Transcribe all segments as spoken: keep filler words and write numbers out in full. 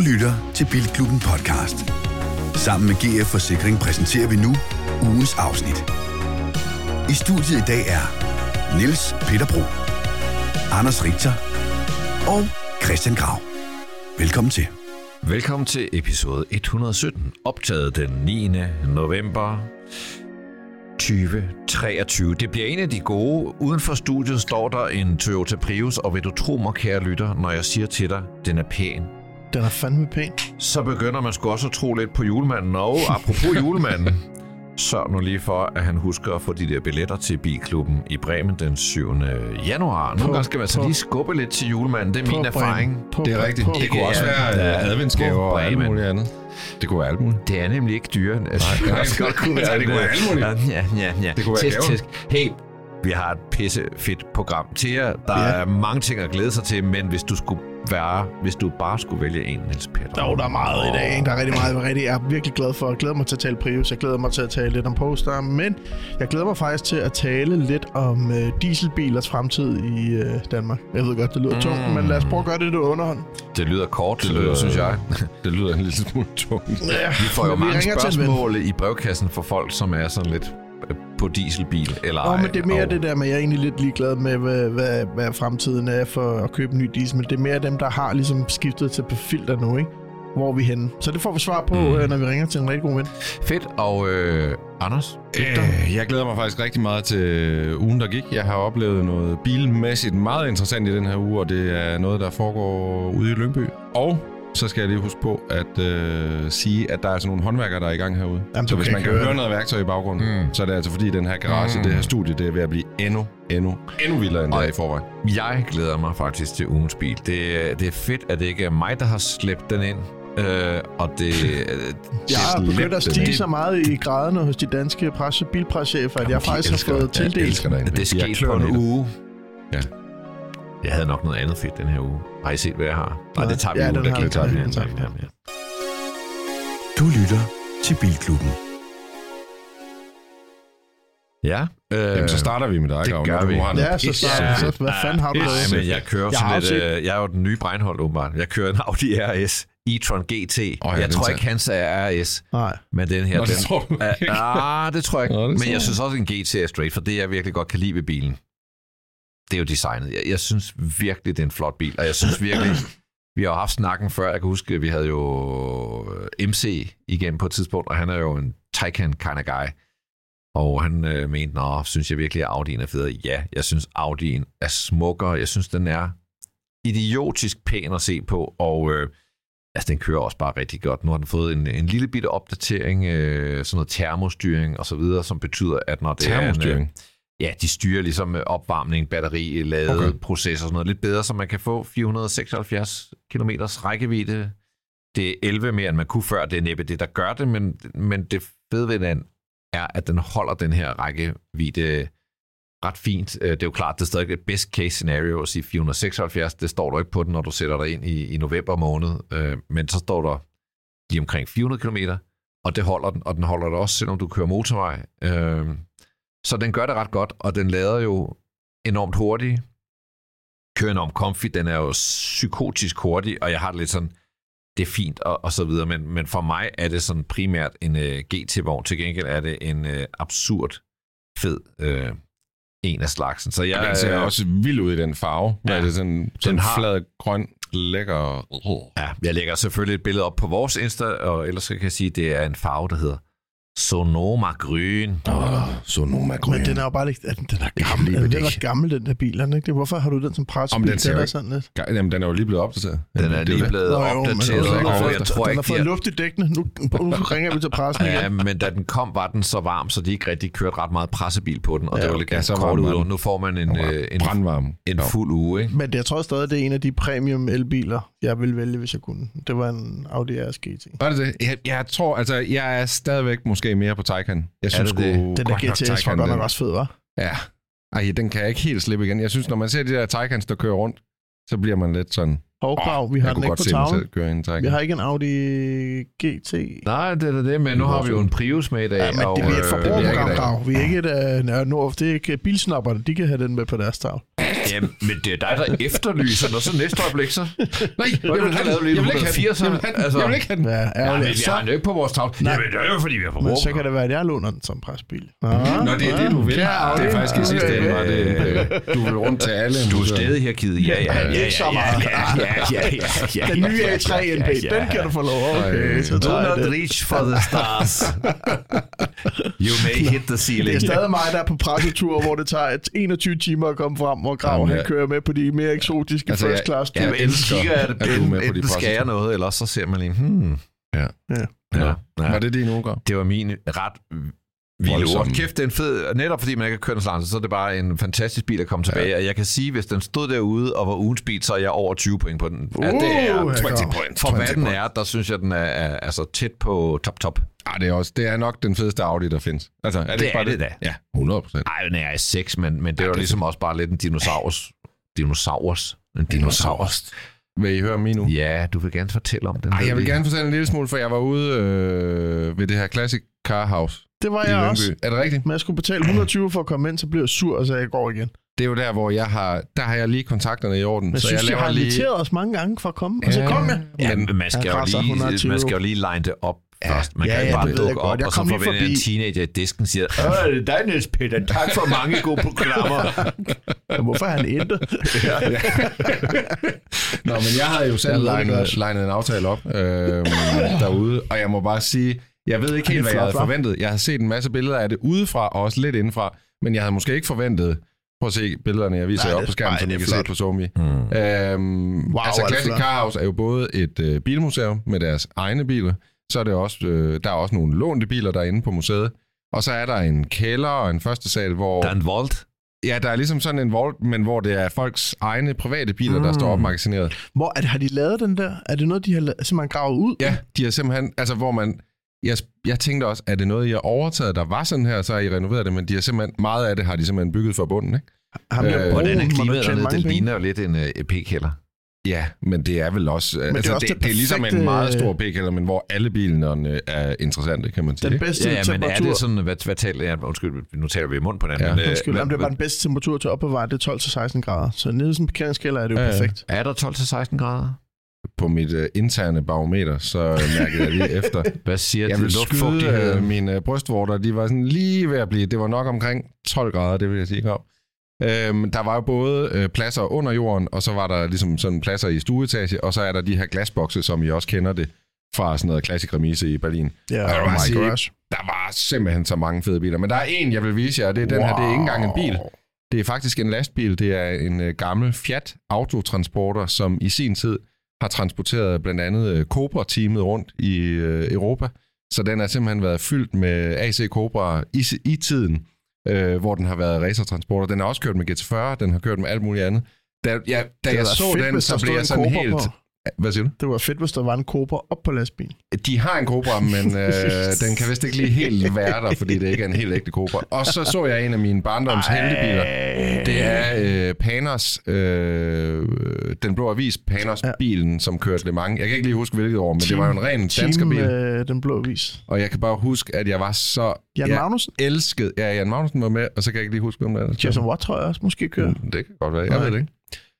lytter til Bilklubben podcast. Sammen med G F Forsikring præsenterer vi nu ugens afsnit. I studiet i dag er Niels Peter Bro, Anders Richter og Christian Grav. Velkommen til. Velkommen til episode et hundrede og sytten, optaget den niende november tyve treogtyve. Det bliver en af de gode. Uden for studiet står der en Toyota Prius, og vil du tro mig, kære lytter, når jeg siger til dig, den er pæn. Den er fandme pæn. Så begynder man sgu også at tro lidt på julemanden. Og apropos julemanden, sørg nu lige for, at han husker at få de der billetter til Bilklubben i Bremen den syvende januar. Nogle gange skal man så lige skubbe lidt til julemanden. Det er min erfaring. På, det er rigtigt. På, det kunne også være ja, adventsgaver og alt muligt andet. Det kunne være alt muligt. Det er nemlig ikke dyre. Altså, Nej, det, det, kunne være, det kunne være alt muligt. Ja, ja, ja. Det kunne være test, test. Hey, vi har et pisse fedt program til jer. Der ja. er mange ting at glæde sig til, men hvis du skulle være, hvis du bare skulle vælge en, Niels Peter. Jo, der er meget i dag. Der er rigtig meget. Jeg er virkelig glad for. Jeg glæder mig til at tale Prius. Jeg glæder mig til at tale lidt om Polestar. Men jeg glæder mig faktisk til at tale lidt om uh, dieselbilers fremtid i uh, Danmark. Jeg ved godt, det lyder mm. tungt, men lad os prøve at gøre det, det underhånd. Det lyder kort, det lyder, synes jeg. Det lyder en lille smule tungt. Ja, vi får jo mange spørgsmål i brevkassen for folk, som er sådan lidt på dieselbil eller ej. Oh, men det er mere og... det der med, jeg er egentlig lidt ligeglad med, hvad, hvad, hvad fremtiden er for at købe en ny diesel, men det er mere dem, der har ligesom skiftet til filter nu, ikke? Hvor er vi henne? Så det får vi svar på, mm. når vi ringer til en rigtig god ven. Fedt. Og øh, Anders? Øh, jeg glæder mig faktisk rigtig meget til ugen, der gik. Jeg har oplevet noget bilmæssigt meget interessant i den her uge, og det er noget, der foregår ude i Lyngby. Og så skal jeg lige huske på at øh, sige, at der er altså nogle håndværkere, der er i gang herude. Jamen, så hvis man kan høre noget værktøj i baggrunden, mm. så er det altså fordi, den her garage, mm. det her studie, det er ved at blive endnu, endnu, endnu vildere, end det er i forvejen. Jeg glæder mig faktisk til ugens bil. Det, det er fedt, at det ikke er mig, der har slæbt den ind. Øh, og det, jeg har begyndt at stige så meget i graderne hos de danske presse, bilpresschefer, at jeg faktisk har fået tildelt. Det skete på en uge. Ja. Jeg havde nok noget andet fedt den her uge. Har I set, hvad jeg har? Nej, det tager vi ja, uge, der gik. tager vi. Du lytter til Bilklubben. Ja. Øh, Jamen, så starter vi med dig, det gør vi. Ja, så starter vi. Hvad fanden har du det? Men jeg kører sådan lidt... Øh, jeg er jo den nye Breinholt, åbenbart. Jeg kører en Audi R S e-tron G T. Oh, ja, jeg tror ikke, hans er R S. Nej. Men den her... Nå, den, det tror du ikke. Ah, det tror jeg ikke. Nå, men jeg synes også, en G T er straight, for det jeg virkelig godt kan lide ved bilen. Det er jo designet. Jeg, jeg synes virkelig, det er en flot bil, og jeg synes virkelig, vi har haft snakken før. Jeg kan huske, vi havde jo M C igen på et tidspunkt, og han er jo en Taycan kind of guy. Og han øh, mente, nå, synes jeg virkelig, at Audi'en er federe? Ja, jeg synes, Audi'en er smukkere. Jeg synes, den er idiotisk pæn at se på, og øh, altså, den kører også bare rigtig godt. Nu har den fået en, en lille bitte opdatering, øh, sådan noget termostyring og så videre, som betyder, at når det termostyring. er en... Ja, de styrer ligesom opvarmning, batteri, lade, okay. proces og sådan noget lidt bedre, så man kan få fire hundrede og seksoghalvfjerds kilometers rækkevidde. Det er elleve mere, end man kunne før. Det er næppe det, der gør det, men, men det fede ved den er, at den holder den her rækkevidde ret fint. Det er jo klart, det er stadig et best case scenario at sige fire hundrede og seksoghalvfjerds. Det står du ikke på den, når du sætter dig ind i, i november måned. Men så står der lige omkring fire hundrede kilometer, og det holder den, og den holder det også, selvom du kører motorvej. Så den gør det ret godt, og den lader jo enormt hurtigt. Kører enormt comfy, den er jo psykotisk hurtig, og jeg har det lidt sådan, det er fint og, og så videre, men, men for mig er det sådan primært en uh, G T-vogn. Til gengæld er det en uh, absurd fed uh, en af slagsen. Så jeg, den ser uh, også vild ud i den farve. Ja, er det sådan, sådan har, flad, grøn, lækker... Ja, jeg lægger selvfølgelig et billede op på vores Insta, og ellers kan jeg sige, at det er en farve, der hedder Sonoma Grøn. Oh, Sonoma Grøn. Men den er jo bare ikke... Den er gammel, den, den er gammel, den der bil. Ikke? Det, hvorfor har du den som pressebil? Den, den, sådan lidt? Jamen, den er jo lige blevet opdateret. Den, den er lige blevet opdateret. Den har fået luft i dækkene. Nu, nu ringer vi til pressen igen. Ja, men da den kom, var den så varm, så de ikke rigtig kørte ret meget pressebil på den. Og ja, det var lidt ja, så kort ud. Nu får man en, en, brandvarm. En fuld uge. Ikke? Men jeg tror stadig, det er en af de premium elbiler, jeg ville vælge, hvis jeg kunne. Det var en Audi R S G T. Var det det? Jeg, jeg tror, altså, jeg er stadigvæk måske mere på Taycan. Jeg synes, det det? Den der G T S var godt nok også fed, hva'? Ja. Ej, den kan jeg ikke helt slippe igen. Jeg synes, når man ser de der Taycans, der kører rundt, så bliver man lidt sådan... Hovkrav, oh, vi har den ikke på tavlen. Vi har ikke en Audi G T. Nej, det er det, men nu har vi jo en Prius med i dag. Ja, men det er et forbrugerprogram, Grav. Vi er ikke et... Uh, no, det er ikke bilsnopperne, de kan have den med på deres tavle. ja, men det er dig, der efterlyser den, og så næste øjeblik, så... Nej, jeg vil, have lavet lidt jeg vil ikke have den. Jeg vil, altså, jeg vil ikke have den. Ja, ja, men vi har den jo ikke på vores tavle. Jamen, det er jo, fordi vi har på Men rum. så kan det være, at jeg låner den som presbil. Nå, det er det, du vil. Det er faktisk i sidste ende, var det. Du vil rundt til alle. Du er stadig her, Kid. Ja, ja, ja. Ikke så meget. Ja, ja, ja. Den nye A tre N B, den kan du få lov. Okay, så Do tager jeg not det. reach for the stars. You may hit the ceiling. Det er stadig mig, der er på pressetur, hvor det tager enogtyve timer at komme frem, hvor Grav han kører med på de mere eksotiske Altså, first class. Ja, Ja, men enten kigger jeg det, at du er med på de enten skal jeg noget, eller så ser man lige, hmm. Ja. Ja. Ja. Ja. Ja. Var det din uge? Det var min ret vilde Voldsom. ord. Kæft, det er en fed... Netop fordi man ikke har kørt en slange, så er det bare en fantastisk bil at komme tilbage. Ja. Og jeg kan sige, hvis den stod derude og var ugens bil, så er jeg over tyve point på den. Uh, ja, det er jeg tyve går. point. For hvad den er, der synes jeg, den er, er altså tæt på top top. Ah, det er også det er nok den fedeste Audi, der findes. Altså, er det, Det ikke bare er det da. Ja, hundrede procent. Nej, den er i seks, men, men det er Ja, jo det er ligesom også bare lidt en dinosaurus. Dinosaurus. En dinosaurus. Vil I høre min nu? Ja, du vil gerne fortælle om den. Ej, jeg vil gerne fortælle en lille smule, for jeg var ude øh, ved det her Classic Car House det var i jeg Lyngby. også. Er det rigtigt? Men jeg skulle betale et hundrede og tyve for at komme ind, så blev jeg sur, og så jeg går igen. Det er jo der, hvor jeg har, der har jeg lige kontakterne i orden. Men jeg så synes, jeg jeg har laver inviteret os mange gange for at komme, og så kom jeg. Ja, men man skal, Jeg jo krasser et hundrede og lige, tyve. man skal jo lige line det op Ja. først. Man Ja, kan ikke ja, bare det ved jeg dukke godt. op, Jeg og så kom lige forventer en forbi. teenager i disken siger, åh, det er dig, Niels Peter. Tak for mange gode programmer. Ja, hvorfor er han intet? Ja, ja. Nå, men jeg havde jo selv Jeg ved det legnet, godt. legnet en aftale op øh, derude, og jeg må bare sige, jeg ved ikke Det er helt, hvad jeg flot, havde hva'? forventet. Jeg har set en masse billeder af det udefra, og også lidt indenfra, men jeg havde måske ikke forventet. Prøv at se billederne, jeg viser Nej, jer op det- på skærmen, nej, som det I er kan flot. se på Zombie. Mm. Øhm, Wow, altså er det Classic flot. Car House er jo både et øh, bilmuseum med deres egne biler, så er det også, øh, der er også nogle lånte biler derinde på museet, og så er der en kælder og en første sal, hvor... Der er en Volt. Ja, der er ligesom sådan en vault, men hvor det er folks egne private biler, mm. der Mm. står opmagasineret. Hvor er det, har de lavet den der? Er det noget, de har la- simpelthen gravet ud? Ja, de har simpelthen, altså hvor man, jeg, jeg tænkte også, er det noget, I har overtaget, der var sådan her, så har I renoveret det, men de har simpelthen, meget af det har de simpelthen bygget for bunden, ikke? Ham der Øh, broen, Hvordan er må klimaet du tjene dernede? mange Det penge. ligner jo lidt en uh, P-kælder. Ja, men det er vel også, er altså også det, det det er ligesom en perfekte- meget stor p-kælder, men hvor alle bilerne er interessante, kan man sige. Den ikke? bedste Ja, ja, men temperatur... er det sådan, hvad, hvad taler jeg? Undskyld, nu taler vi i mund på den. Ja. Men, øh, Undskyld, men- jamen, det var den bedste temperatur til at opbevare, det er tolv til seksten grader. Så nede i sådan en parkeringskælder er det jo Ja, ja. perfekt. Er der tolv til seksten grader? På mit uh, interne barometer, så mærkede jeg lige efter. Hvad siger Jeg det? vil skyde Luftfugtighed. uh, mine uh, brystvorter, de var sådan lige ved at blive, det var nok omkring tolv grader, det vil jeg sige, Grav. Øhm, der var jo både øh, pladser under jorden, og så var der ligesom sådan pladser i stueetage, og så er der de her glasbokse, som I også kender det fra sådan noget klassisk remise i Berlin. Ja, Og jeg vil oh bare my sige, gosh. Der var simpelthen så mange fede biler, men der er en, jeg vil vise jer, og det er den her, det er ikke engang en bil. Det er faktisk en lastbil, det er en øh, gammel Fiat Autotransporter, som i sin tid har transporteret blandt andet øh, Cobra-teamet rundt i øh, Europa. Så den har simpelthen været fyldt med A C Cobra i, i tiden, øh, hvor den har været racertransporter. Den har også kørt med G T fyrre, den har kørt med alt muligt andet. Da, ja, da Det jeg var så fedt, den, hvis der så stod blev jeg en sådan Cobra helt... på. Hvad siger du? Det var fedt, hvis der var en Cobra op på lastbilen. De har en Cobra, men øh, den kan vist ikke lige helt være der, fordi det ikke er en helt ægte Cobra. Og så så jeg en af mine barndoms heltebiler. Det er øh, Panos, øh, den blå avis, Panos-bilen, ja. som kørte Le Mans. Jeg kan ikke lige huske, hvilket år, men Team, det var jo en ren danskerbil. Øh, den blå vis. Og jeg kan bare huske, at jeg var så... Jan jeg Magnussen? elskede... Ja, Jan Magnussen var med, og så kan jeg ikke lige huske, om det er. Jason Watt tror jeg også måske kører. Mm, det kan godt være, jeg Nej. ved det ikke.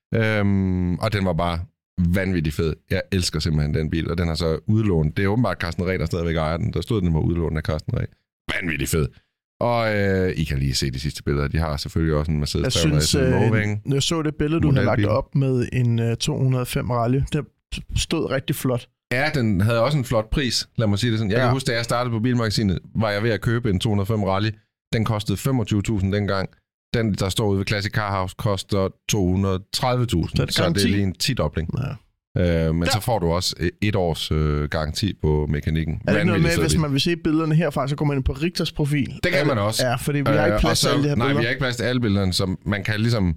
Øhm, og den var bare vanvittig fed. Jeg elsker simpelthen den bil, og den har så udlånt. Det er åbenbart Carsten Reh, der stadigvæk ejer den. Der stod, at den var udlånt af Carsten Reh. Vanvittig fed. Og øh, I kan lige se de sidste billeder. De har selvfølgelig også en Mercedes Jeg tre hundrede synes, S øh, Moving. når jeg så det billede, du havde Modelbil. lagt op med en uh, to hundrede og fem rally, det stod rigtig flot. Ja, den havde også en flot pris, lad mig sige det sådan. Jeg Ja. kan huske, da jeg startede på Bilmagasinet, var jeg ved at købe en to hundrede og fem Rally. Den kostede femogtyve tusind dengang. Den, der står ude ved Classic Car House, koster to hundrede og tredive tusind. Så er det så det er garanti. lige en tidobling. Ja. Øh, men Ja. så får du også øh, et års øh, garanti på mekanikken. Er det noget Vanvittigt med, fed hvis bil. man vil se billederne herfra, så går man ind på Richters profil? Det kan man også. Ja, fordi vi har ikke Øh, plads til og så- alle de her Nej, billeder. vi har ikke plads til alle billederne, så man kan ligesom...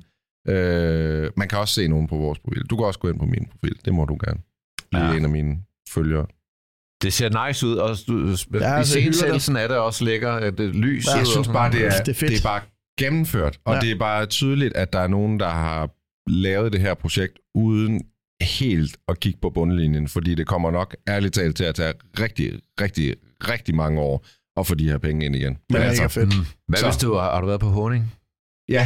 Øh, man kan også se nogen på vores profil. Du kan også gå ind på min profil. Det må du gerne. Lige Ja. en af mine følgere. Det ser nice ud, og du, Ja, i altså, scenesættelsen er det også lækker, at det lys. Ja, ud Jeg og synes sådan bare, noget. det er, Det er fedt. det er bare gennemført. Og Ja. det er bare tydeligt, at der er nogen, der har lavet det her projekt uden helt at kigge på bundlinjen, fordi det kommer nok ærligt talt til at tage rigtig, rigtig, rigtig mange år at få de her penge ind igen. Men det er ikke fedt. Mm. Hvad Så. hvis du har, har du været på Honing? Ja,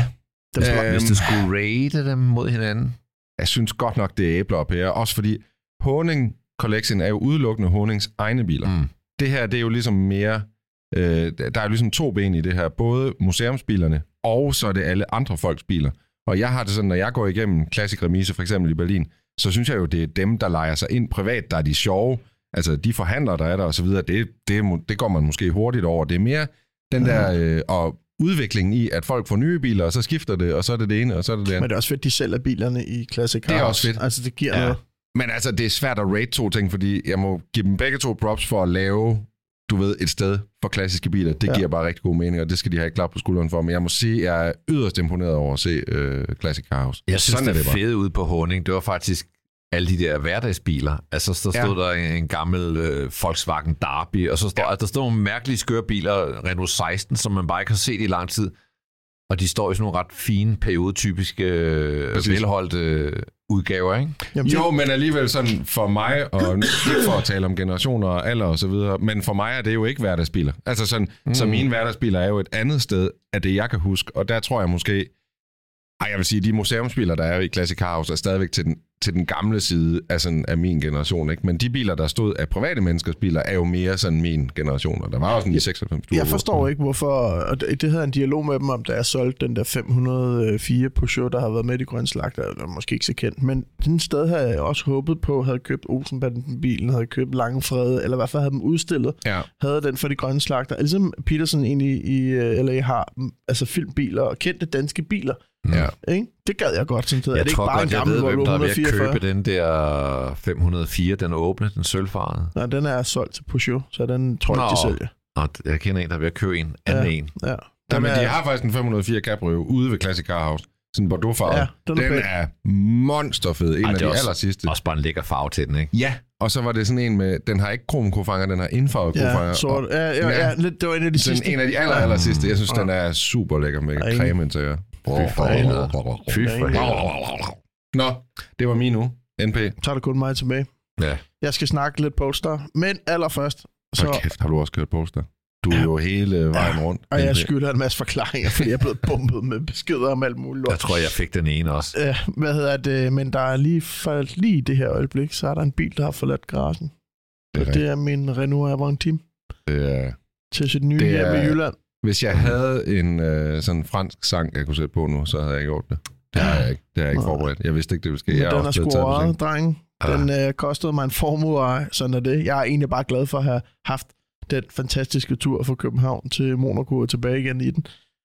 Øhm, Hvis du skulle rate dem mod hinanden? Jeg synes godt nok, det er æbler og pærer. Også fordi Honing Collection er jo udelukkende Honings egne biler. Mm. Det her, det er jo ligesom mere... Øh, der er jo ligesom to ben i det her. Både museumsbilerne, og så er det alle andre folks biler. Og jeg har det sådan, når jeg går igennem Classic Remise, for eksempel i Berlin, så synes jeg jo, det er dem, der leger sig ind privat, der er de sjove. Altså, de forhandlere, der er der og så videre, det, det, det går man måske hurtigt over. Det er mere den der... Øh, og udviklingen i, at folk får nye biler, og så skifter det, og så er det det ene, og så er det det andet. Men det er også fedt, de sælger bilerne i Classic Cars. Det er også fedt. Altså, det giver ja. noget. Men altså, det er svært at rate to ting, fordi jeg må give dem begge to props for at lave, du ved, et sted for klassiske biler. Det ja. giver bare rigtig god mening, og det skal de have et klap på skulderen for. Men jeg må sige, at jeg er yderst imponeret over at se uh, Classic Cars. Jeg synes, Sådan det, det fede ude på Honing, det var faktisk alle de der hverdagsbiler. Altså, så stod ja. der en, en gammel øh, Volkswagen Derby, og så stod, ja. altså, der stod nogle mærkelige skøre biler, Renault seksten, som man bare ikke har set i lang tid. Og de står i sådan nogle ret fine, periodetypiske, øh, velholdte øh, udgaver, ikke? Jamen, jo, men alligevel sådan for mig, og ikke for at tale om generationer og alder og så videre, men for mig er det jo ikke hverdagsbiler. Altså sådan, mm. så mine hverdagsbiler er jo et andet sted af det, jeg kan huske, og der tror jeg måske, ej, jeg vil sige, de museumsbiler, der er i Classic Cars, er stadigvæk til den, til den gamle side af, sådan, af min generation, ikke? Men de biler, der stod af private menneskers biler, er jo mere sådan min generation, og der var også sådan i seksoghalvfems. Jeg forstår ikke, hvorfor, og det, det havde en dialog med dem om, da jeg solgte den der fem hundrede og fire Peugeot, der har været med i Grønne Slagter, eller måske ikke så kendt, men den sted havde jeg også håbet på, havde købt Olsenbanden-bilen, havde købt Langefred, eller i hvert fald havde dem udstillet, ja. havde den for de Grønne Slagter. Altså Peterson egentlig i L A har altså filmbiler og kendte danske biler. Ja. Ikke? Det gad jeg godt, sådan jeg er det tror ikke bare godt, en gammel jeg ved, hvem der er ved fireogfyrre? at købe den der fem hundrede og fire, den åbne, den sølvfarvede. Nej, den er solgt til Peugeot, så den tror jeg, de sælger. Nå, jeg kender en, der er ved at købe en anden ja. en. Ja. Ja, men de har faktisk en fem hundrede og fire Cabrio ude ved Classic Car House. Sådan en Bordeaux-farve. Ja, den, er, den er monsterfed. En Ej, af de aller sidste. Også bare en lækker farve til den, ikke? Ja, og så var det sådan en med, den har ikke kromkofanger, den har indfarvet kofanger. Ja, sort. Ja, ja, ja, ja, det var en af de sidste. En af de aller, aller sidste. Jeg synes, ja. den er super lækker med ja, creme interiør. Fy for helvede. Fy for helvede. Nå, det var min nu. N P. Så er der kun mig tilbage. Ja. Jeg skal snakke lidt Polestar, men allerførst... Så Hold kæft, har du også kørt Polestar? Du er jo hele vejen rundt. Og jeg skylder en masse forklaringer, fordi jeg er blevet bumpet med beskeder om alt muligt. Jeg tror, jeg fik den ene også. Ja, hvad hedder det? Men der er lige, for, lige i det her øjeblik, så er der en bil, der har forladt garagen. Det er, det er min Renault Avantime. Det er... Til sit nye hjem i Jylland. Hvis jeg havde en øh, sådan fransk sang, jeg kunne sætte på nu, så havde jeg gjort det. Det har jeg ikke. Det har jeg ikke forberedt. Jeg vidste ikke, det ville ske. Jeg den er sgu overret, dreng. Den øh, kostede mig en formue, sådan er det. Jeg er egentlig bare glad for at have haft den fantastiske tur fra København til Monaco og tilbage igen i den.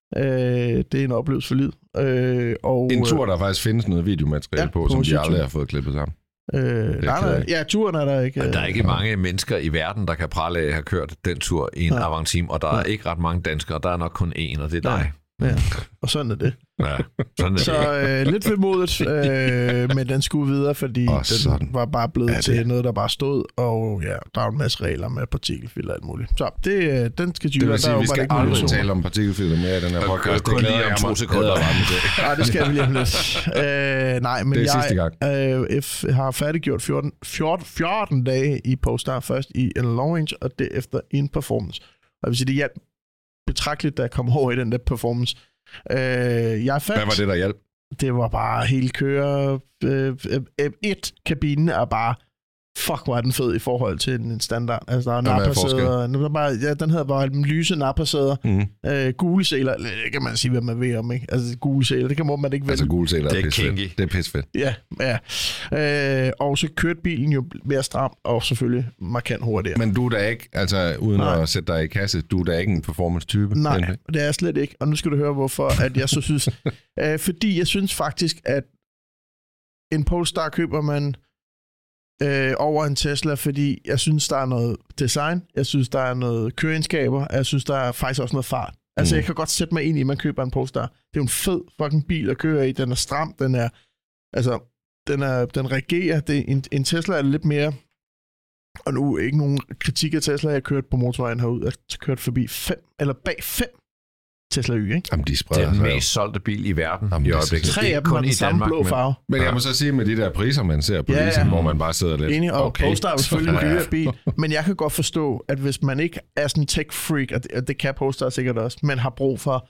Øh, det er en oplevelse for livet. Øh, og, en tur, der faktisk findes noget videomateriale ja, på, på, som de aldrig har fået klippet sammen. Øh, nej, nej. Ja, turen er der ikke. Men der er ikke ja. mange mennesker i verden, der kan prale af at have kørt den tur i en ja. Avantime, og der er ja. ikke ret mange danskere, der er nok kun én, og det er dig. Ja, og sådan er det. Ja, sådan er så øh, lidt vemodigt, øh, men den skulle videre, fordi og den sådan. var bare blevet til noget, der bare stod, og ja, der er en masse regler med partikelfilter og alt muligt. Så det, den skal Jyre, der er jo vi skal aldrig tale om partikelfilter mere i den her podcast. Det glæder jeg to sekunder. Nej, det skal vi lige lidt. Øh, nej, men det er jeg sidste gang. Øh, F har færdiggjort fjorten, fjorten, fjorten dage i Polestar, først i en long range, og derefter i en performance. Og jeg vil sige, det hjalp betragteligt, da jeg kom over i den der performance. Øh, jeg fandt, Hvad var det, der hjalp? Det var bare hele køre... Øh, øh, et, kabinen er bare... Fuck, hvor er den fed i forhold til en standard. Altså, der er nappersæder. Ja, den havde bare lyse nappersæder. Mm. Øh, gule sæler. Det kan man sige, hvad man ved om, ikke? Altså, gule sæler, det kan man ikke vælge. Altså, gule sæler det er pissefedt. Det er pissefedt. Ja, ja. Øh, og så kørte bilen jo mere stramt, og selvfølgelig markant hurtigere. Men du er da ikke, altså uden Nej. at sætte dig i kasse, du er da ikke en performance-type? Nej, det er jeg slet ikke. Og nu skal du høre, hvorfor at jeg så synes... øh, fordi jeg synes faktisk, at en Polestar køber man... Øh, over en Tesla, fordi jeg synes, der er noget design, jeg synes, der er noget køreegenskaber, jeg synes, der er faktisk også noget fart. Altså, mm. jeg kan godt sætte mig ind i, at man køber en Polestar. Det er jo en fed fucking bil at køre i. Den er stram, den er, altså, den er, den reagerer. Det, en, en Tesla er lidt mere, og nu ikke nogen kritik af Tesla, jeg har kørt på motorvejen herude, jeg har kørt forbi fem, eller bag fem Tesla Y, ikke? Jamen, de det er den mest solgte bil i verden. Jamen, i øjeblikket. Tre af dem har den samme blå farve. Men, men jeg må så sige, med de der priser, man ser på ja, leasing, hvor man bare sidder lidt... Enig, og okay. Polestar er selvfølgelig en dyre bil, men jeg kan godt forstå, at hvis man ikke er sådan en tech-freak, og det, og det kan Polestar sikkert også, men har brug for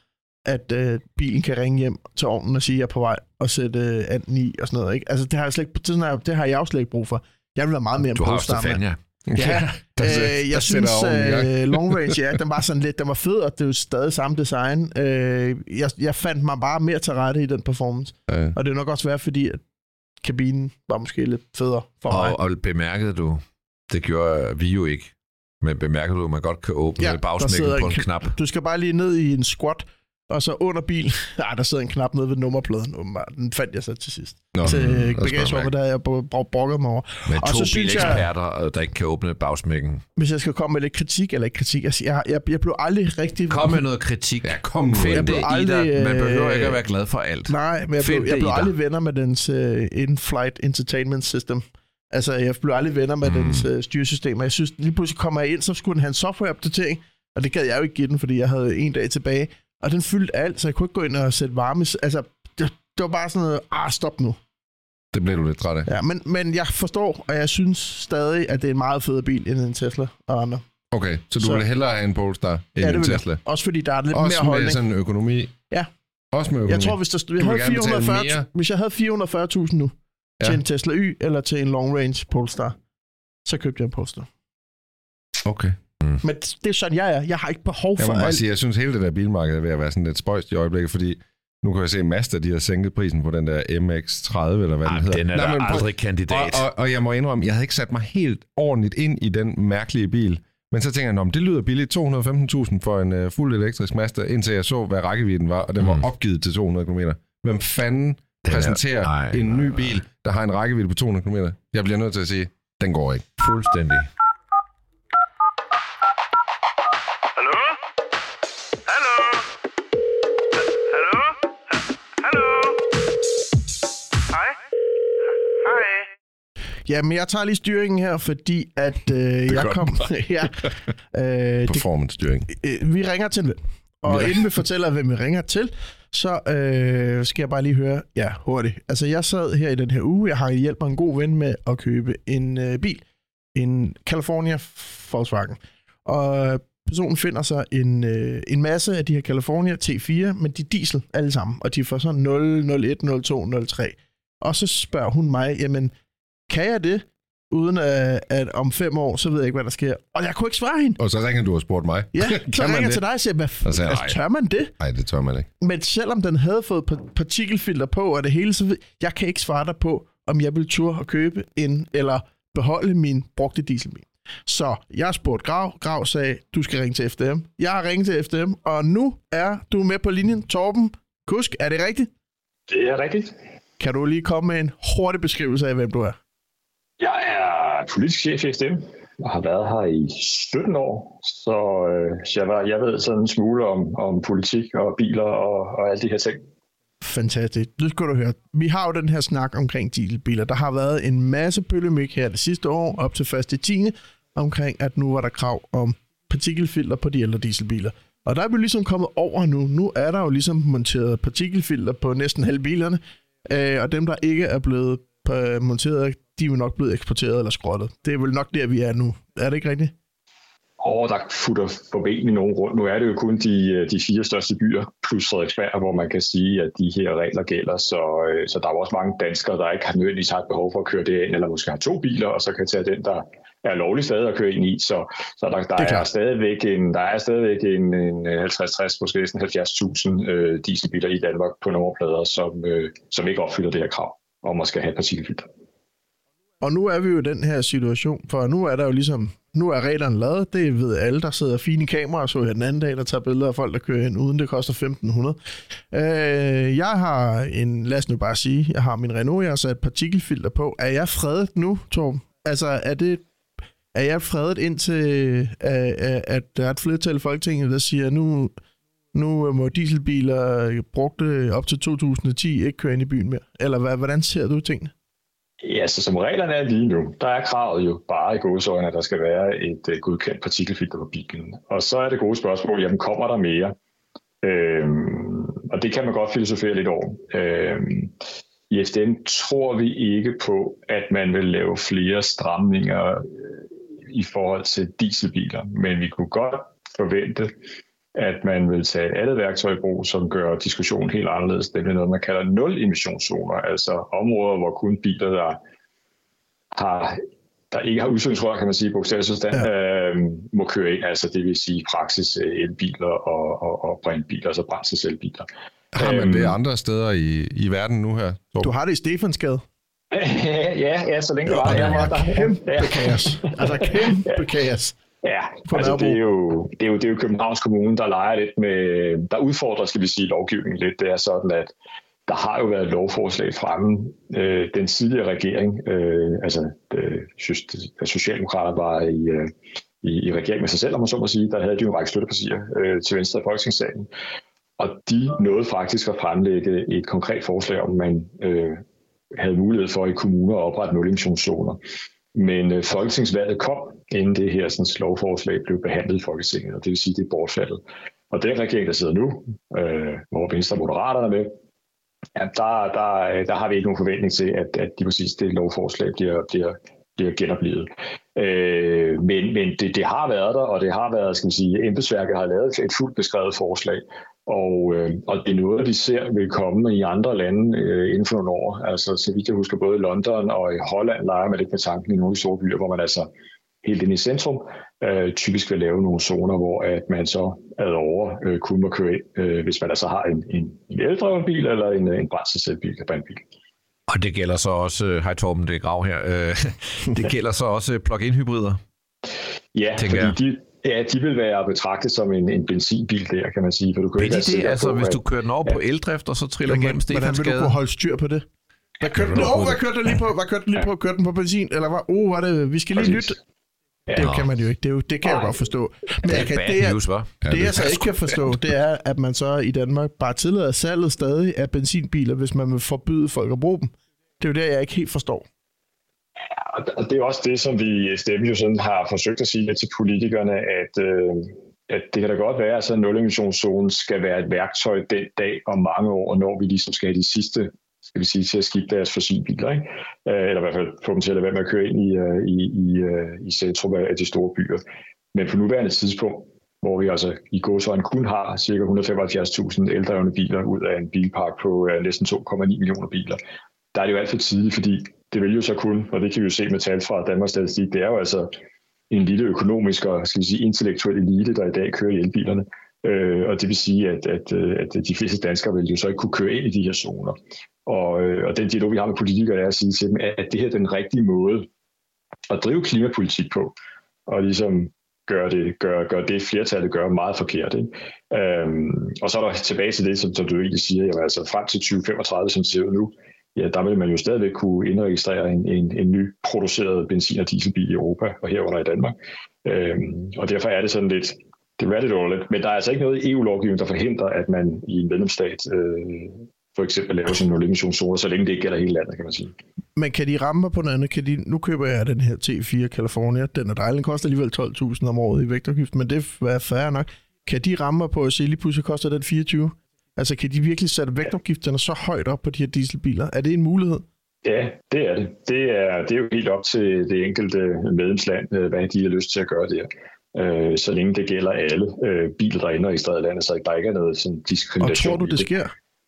at øh, bilen kan ringe hjem til ovnen og sige, at jeg er på vej og sætte øh, anden i og sådan noget. Ikke? Altså, det har, jeg slet ikke, det, sådan, det har jeg jo slet ikke brug for. Jeg vil være meget mere en Du har jo Polestar. Stefania. Ja, øh, jeg synes, øh, Long Range, ja, den var sådan lidt, den var fed, og det er jo stadig samme design. Øh, jeg, jeg fandt mig bare mere til rette i den performance. Ja. Og det er nok også være, fordi at kabinen var måske lidt federe for og, mig. Og bemærkede du, det gjorde vi jo ikke, men bemærkede du, at man godt kan åbne ja, bagsmækken på en, en knap? Du skal bare lige ned i en squat, og så under bilen, nej, der sidder en knap nede ved nummerpladen, åbenbart. Den fandt jeg så til sidst. Nå, til bagagerummet, der har jeg brokket mig over. Men og to så bileksperter, jeg, der ikke kan åbne bagsmækken. Hvis jeg skal komme med lidt kritik, eller ikke kritik, jeg, jeg, jeg, jeg blev aldrig rigtig... Kom med noget kritik. Ja, kom med jeg det aldrig, i dig. Man behøver ikke at være glad for alt. Nej, men jeg blev, jeg blev aldrig venner med dens uh, in-flight entertainment system. Altså, jeg blev aldrig venner med mm. dens uh, styresystem, og jeg synes, lige pludselig kommer jeg ind, så skulle den have en softwareopdatering, og det gad jeg jo ikke give den, fordi jeg havde en dag tilbage. Og den fyldte alt, så jeg kunne ikke gå ind og sætte varme. Altså, det, det var bare sådan noget, ah, stop nu. Det blev du lidt træt af. Ja, men, men jeg forstår, og jeg synes stadig, at det er en meget federe bil end en Tesla og andre. Okay, så du så, vil hellere have en Polestar end ja, en Tesla? Jeg. Også fordi der er lidt også mere holdning. Også med sådan økonomi? Ja. Også med økonomi? Jeg tror, hvis, der, jeg havde fire hundrede og fyrre, hvis jeg havde fire hundrede og fyrre tusind nu, ja. til en Tesla Y eller til en long range Polestar, så købte jeg en Polestar. Okay. Mm. Men det er sådan, jeg er. Jeg har ikke behov for jeg må alt. Sige, jeg synes, hele det der bilmarked er ved at være sådan lidt spøjst i øjeblikket, fordi nu kan jeg se, at Mazda, de har sænket prisen på den der M X tredive, eller hvad Ej, den hedder. Den er Nej, der aldrig kandidat. Og, og, og jeg må indrømme, jeg havde ikke sat mig helt ordentligt ind i den mærkelige bil. Men så tænker jeg, om det lyder billigt, to hundrede og femten tusind for en uh, fuld elektrisk Mazda, indtil jeg så, hvad rækkevidden var, og den mm. var opgivet til to hundrede kilometer. Hvem fanden den præsenterer er... Ej, en ny bil, der har en rækkevidde på to hundrede kilometer? Jeg bliver nødt til at sige, den går ikke. Fuldstændig. Ja, men jeg tager lige styringen her, fordi at øh, jeg kom... ja, øh, performance-styring. Øh, vi ringer til en ven. Og ja. inden vi fortæller, hvem vi ringer til, så øh, skal jeg bare lige høre, ja, hurtigt. Altså, jeg sad her i den her uge, jeg har hjulpet en god ven med at købe en øh, bil. En California Volkswagen. Og personen finder sig en, øh, en masse af de her California T fire, men de er diesel alle sammen. Og de får så nul, nul et, nul to, nul tre. Og så spørger hun mig, jamen, kan jeg det, uden at, at om fem år, så ved jeg ikke, hvad der sker. Og jeg kunne ikke svare hende. Og så ringer du og spurgte mig. Ja, så ringer jeg til dig og siger, hvad f- altså, altså, tør man det? Nej, det tør man ikke. Men selvom den havde fået partikelfilter på og det hele, så ved jeg kan ikke svare dig på, om jeg vil turde at købe en, eller beholde min brugte dieselbil. Så jeg spurgte Grav. Grav sagde, du skal ringe til F D M. Jeg har ringet til F D M, og nu er du med på linjen. Torben Kusk, er det rigtigt? Det er rigtigt. Kan du lige komme med en hurtig beskrivelse af, hvem du er? Jeg er politisk chef i F D M og har været her i sytten år, så øh, jeg, var, jeg ved sådan en smule om, om politik og biler og, og alle de her ting. Fantastisk. Nu skal du høre. Vi har jo den her snak omkring dieselbiler. Der har været en masse polemik her det sidste år, op til første tiende, omkring at nu var der krav om partikelfilter på de ældre dieselbiler. Og der er vi ligesom kommet over nu. Nu er der jo ligesom monteret partikelfilter på næsten halve bilerne, øh, og dem, der ikke er blevet monteret, de er jo nok blevet eksporteret eller skrottet. Det er vel nok der, vi er nu. Er det ikke rigtigt? Åh, oh, der futter formentlig nogen rundt. Nu er det jo kun de, de fire største byer, plus Frederiksberg, hvor man kan sige, at de her regler gælder. Så, så der er også mange danskere, der ikke har nødvendigvis har et behov for at køre det ind, eller måske har to biler, og så kan tage den, der er lovlig stadig at køre ind i. Så, så der, der, er, er stadigvæk en, der er stadigvæk en, en halvtreds tres, måske næsten halvfjerds tusind øh, dieselbiler i Danmark på nummerplader, som, øh, som ikke opfylder det her krav om at skal have partikelfilter. Og nu er vi jo i den her situation, for nu er der jo ligesom, nu er reglerne lavet, det ved alle, der sidder fine kameraer, så her den anden dag, der tager billeder af folk, der kører ind, uden det koster femten hundrede. Øh, jeg har en, lad os nu bare sige, jeg har min Renault, jeg har sat partikelfilter på. Er jeg fredet nu, Torben? Altså, er det, er jeg fredet indtil, at der er et flertal i Folketinget, der siger, nu, nu må dieselbiler brugte op til to tusind og ti ikke køre ind i byen mere? Eller hvordan ser du tingene? Ja, så som reglerne er lige nu, der er kravet jo bare i gåseøjne, at der skal være et uh, godkendt partikelfilter på bilen. Og så er det gode spørgsmål, jamen kommer der mere? Øhm, og det kan man godt filosofere lidt over. Øhm, I F D M tror vi ikke på, at man vil lave flere stramninger øh, i forhold til dieselbiler, men vi kunne godt forvente, at man vil tage et andet værktøj i brug, som gør diskussionen helt anderledes. Det er noget, man kalder nul-emissionszoner, altså områder, hvor kun biler, der, har, der ikke har udsøgningsrør, kan man sige, bogstaveligt forstand, ja. øh, må køre ind. Altså det vil sige i praksis elbiler og, og, og brintbiler, altså brændselselbiler. Har man det andre steder i, i verden nu her? Du har det i Stefansgade. ja, ja, så længe det var. Der var der kæmpe kaos. Altså kæmpe kaos. Ja, altså det er, jo, det, er jo, det er jo Københavns Kommune, der leger lidt med, der udfordrer, skal vi sige, lovgivningen lidt. Det er sådan, at der har jo været lovforslag fremme. Øh, den tidligere regering, øh, altså øh, Socialdemokraterne var i, øh, i, i regering med sig selv, om man så må sige, der havde de jo en række støttepartier øh, til venstre i Folketingssalen. Og de nåede faktisk at fremlægge et konkret forslag, om man øh, havde mulighed for i kommuner at oprette nul-emissionszoner. Men øh, folketingsvalget kom, inden det her sådan, lovforslag blev behandlet i Folketinget, og det vil sige, det er bortfaldet. Og den regering, der sidder nu, øh, hvor Venstre og Moderaterne er med, ja, der, der, der har vi ikke nogen forventning til, at, at de præcis det lovforslag bliver, bliver, bliver genoplevet. Øh, men men det, det har været der, og det har været, skal man sige, embedsværket har lavet et fuldt beskrevet forslag, og, øh, og det er noget, vi ser vil komme i andre lande øh, inden for nogle år. Altså, så vidt jeg husker, både i London og i Holland leger man lidt med tanken i nogle store byer, hvor man altså helt inde i centrum øh, typisk vil lave nogle zoner, hvor at man så ad over øh, kun må køre ind, øh, hvis man altså har en, en, en eldreven bil eller en, en brændselselbil eller brintbil. Og det gælder så også, hej Torben, det er Grav her, øh, det gælder så også plug-in hybrider? Ja, fordi jeg. de Ja, de vil være betragtet som en, en benzinbil der, kan man sige. For du kan ikke det, det, altså, på, hvis du kører den over ja. på eldrift, og så triller igennem Stefansgade. Hvordan vil du kunne holde styr på det? Hvad kørte den, oh, hvad kørte den lige på? Hvad kørte den lige på? Kørte den på benzin? Eller hvad? Oh, var det, vi skal lige lytte. Ja. Det kan man jo ikke. Det, er jo, det kan Ej. jeg godt forstå. Men det, jeg kan, det, news, jeg, det, det jeg så ikke kan forstå, det er, at man så i Danmark bare tillader salget stadig af benzinbiler, hvis man vil forbyde folk at bruge dem. Det er jo det, jeg ikke helt forstår. Og det er også det, som vi stemme jo sådan har forsøgt at sige til politikerne, at, øh, at det kan da godt være, at nul-emissionszonen skal være et værktøj den dag om mange år, når vi ligesom skal have de sidste, skal vi sige, til at skifte deres fossilbiler, ikke? Eller i hvert fald få dem til at lade være med at køre ind i, i, i, i centrum af de store byer. Men på nuværende tidspunkt, hvor vi altså i gåseøjne kun har ca. et hundrede og femoghalvfjerds tusind eldrevne biler ud af en bilpark på uh, næsten to komma ni millioner biler, der er det jo alt for tidligt, fordi det vil jo så kun, og det kan vi jo se med tal fra Danmarks Statistik, det er jo altså en lille økonomisk og skal vi sige, intellektuel elite, der i dag kører i elbilerne. Øh, og det vil sige, at, at, at de fleste danskere vil jo så ikke kunne køre ind i de her zoner. Og, og den dialog, vi har med politikere, er at sige til dem, at det her er den rigtige måde at drive klimapolitik på, og ligesom gøre det, gør, gør det flertallet gør meget forkert. Ikke? Øhm, og så er der tilbage til det, som, som du egentlig siger, jamen, altså frem til tyve femogtredive, som det ser ud nu, ja, der vil man jo stadigvæk kunne indregistrere en, en, en ny produceret benzin- og dieselbil i Europa, og herunder i Danmark. Øhm, og derfor er det sådan lidt, det vil være lidt dårligt. Men der er altså ikke noget i E U-lovgivning, der forhindrer, at man i en medlemsstat øh, for eksempel laver sådan nogle nul-emissionszoner, så længe det ikke gælder hele landet, kan man sige. Men kan de ramme på noget andet? Kan de, nu køber jeg den her T fire California, den er dejlig, den koster alligevel tolv tusind om året i vægtafgift, men det er fair nok. Kan de ramme på at se lige pludselig koster den fireogtyve? Altså, kan de virkelig sætte vægtafgifterne så højt op på de her dieselbiler? Er det en mulighed? Ja, det er det. Det er, det er jo helt op til det enkelte medlemsland, hvad de har lyst til at gøre der. Øh, så længe det gælder alle øh, biler, der er indregistreret i landet, så der ikke er noget sådan diskrimination. Og tror du, det sker?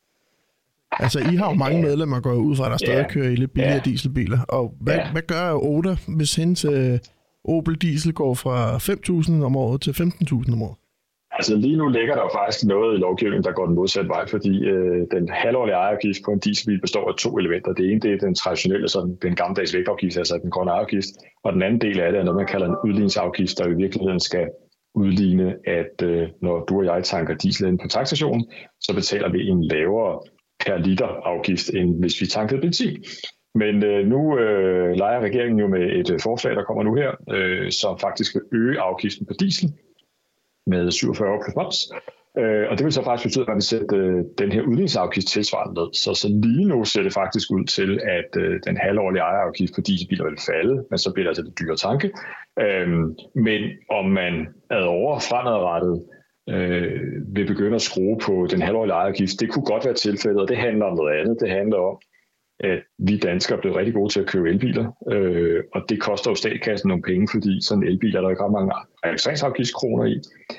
Altså, I har jo mange medlemmer, der går ud fra, der stadig ja. kører i lidt billigere ja. dieselbiler. Og hvad, ja. hvad gør Oda, hvis hendes øh, Opel Diesel går fra fem tusind om året til femten tusind om året? Altså lige nu ligger der jo faktisk noget i lovgivningen, der går den modsatte vej, fordi øh, den halvårlige ejerafgift på en dieselbil består af to elementer. Det ene det er den traditionelle, sådan, den gammeldags vægtafgift, altså den grønne afgift, og den anden del af det er noget, man kalder en udligningsafgift, der i virkeligheden skal udligne, at øh, når du og jeg tanker diesel ind på tankstationen, så betaler vi en lavere per liter afgift, end hvis vi tankede benzin. Men øh, nu øh, leger regeringen jo med et øh, forslag, der kommer nu her, øh, som faktisk vil øge afgiften på diesel med syvogfyrre plus moms. Øh, og det vil så faktisk betyde, at man vil sætte øh, den her udligningsafgift tilsvarende ned. Så, så lige nu ser det faktisk ud til, at øh, den halvårlige ejerafgift på dieselbiler vil falde, men så bliver det altså det dyre tanke. Øh, men om man ad over fremadrettet øh, vil begynde at skrue på den halvårlige ejerafgift, det kunne godt være tilfældet, og det handler om noget andet. Det handler om, at vi danskere er blevet rigtig gode til at købe elbiler, øh, og det koster jo statskassen nogle penge, fordi sådan en elbil er der ikke ret mange registreringsafgiftskroner i.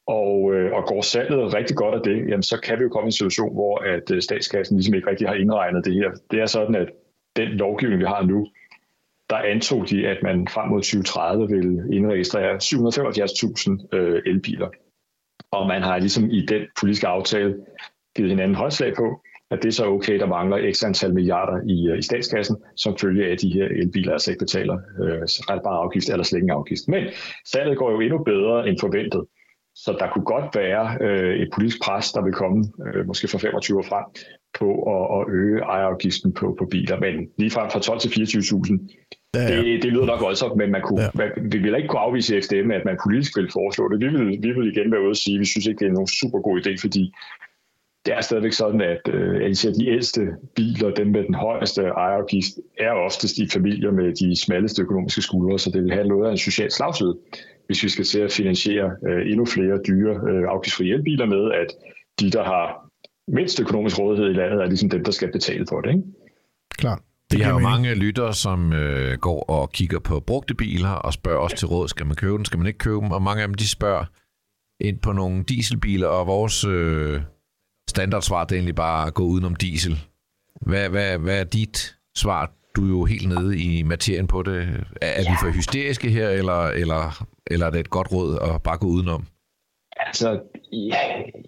Og, øh, og går salget rigtig godt af det, jamen, så kan vi jo komme i en situation, hvor at øh, statskassen ligesom ikke rigtig har indregnet det her. Det er sådan, at den lovgivning, vi har nu, der antog de, at man frem mod tyve tredive vil indregistrere syv hundrede og femoghalvfjerds tusind øh, elbiler. Og man har ligesom i den politiske aftale givet hinanden håndslag på, at det er så okay, der mangler x antal milliarder i, i statskassen, som følge af, at de her elbiler altså ikke betaler øh, ret bare afgift eller slet ingen afgift. Men salget går jo endnu bedre end forventet. Så der kunne godt være øh, et politisk pres, der vil komme, øh, måske fra femogtyve år frem, på at, at øge ejerafgiften på, på biler. Men lige frem fra tolv til fireogtyve tusind, ja, ja. det, det lyder nok voldsomt, men man kunne, ja. man, vi ville ikke kunne afvise i F D M, at man politisk ville foreslå det. Vi vil, vi vil igen være ude og sige, at vi synes ikke, det er nogen super god idé, fordi det er stadigvæk sådan, at, øh, at især de ældste biler, dem med den højeste ejerafgift, er oftest i familier med de smalleste økonomiske skuldre, så det vil have noget af en social slagside, hvis vi skal til at finansiere øh, endnu flere dyre øh, afgiftsfrie elbiler med, at de, der har mindst økonomisk rådighed i landet, er ligesom dem, der skal betale for det. Ikke? Klart. Vi har jo mange lyttere, som øh, går og kigger på brugte biler og spørger os til råd, skal man købe den, skal man ikke købe dem? Og mange af dem, de spørger ind på nogle dieselbiler, og vores øh, standardsvar, det er egentlig bare at gå udenom diesel. Hvad, hvad, hvad er dit svar? Du er jo helt nede i materien på det. Er, er ja. vi for hysteriske her, eller, eller, eller er det et godt råd at bare gå udenom? Altså, ja,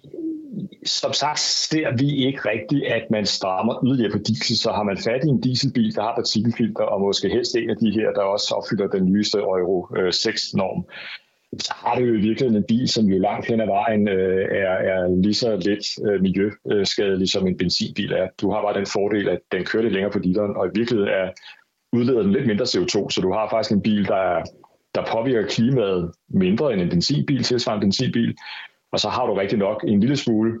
som sagt ser vi ikke rigtigt, at man strammer yderligere på diesel. Så har man fat i en dieselbil, der har partikelfilter, og måske helst en af de her, der også opfylder den nyeste Euro seks norm, så har det jo i virkeligheden en bil, som jo langt hen ad vejen øh, er, er lige så lidt øh, miljøskadelig som en benzinbil er. Du har bare den fordel, at den kører lidt længere på literen, og i virkeligheden er udleder den lidt mindre C O to, så du har faktisk en bil, der, der påvirker klimaet mindre end en benzinbil, tilsvarende benzinbil, og så har du rigtig nok en lille smule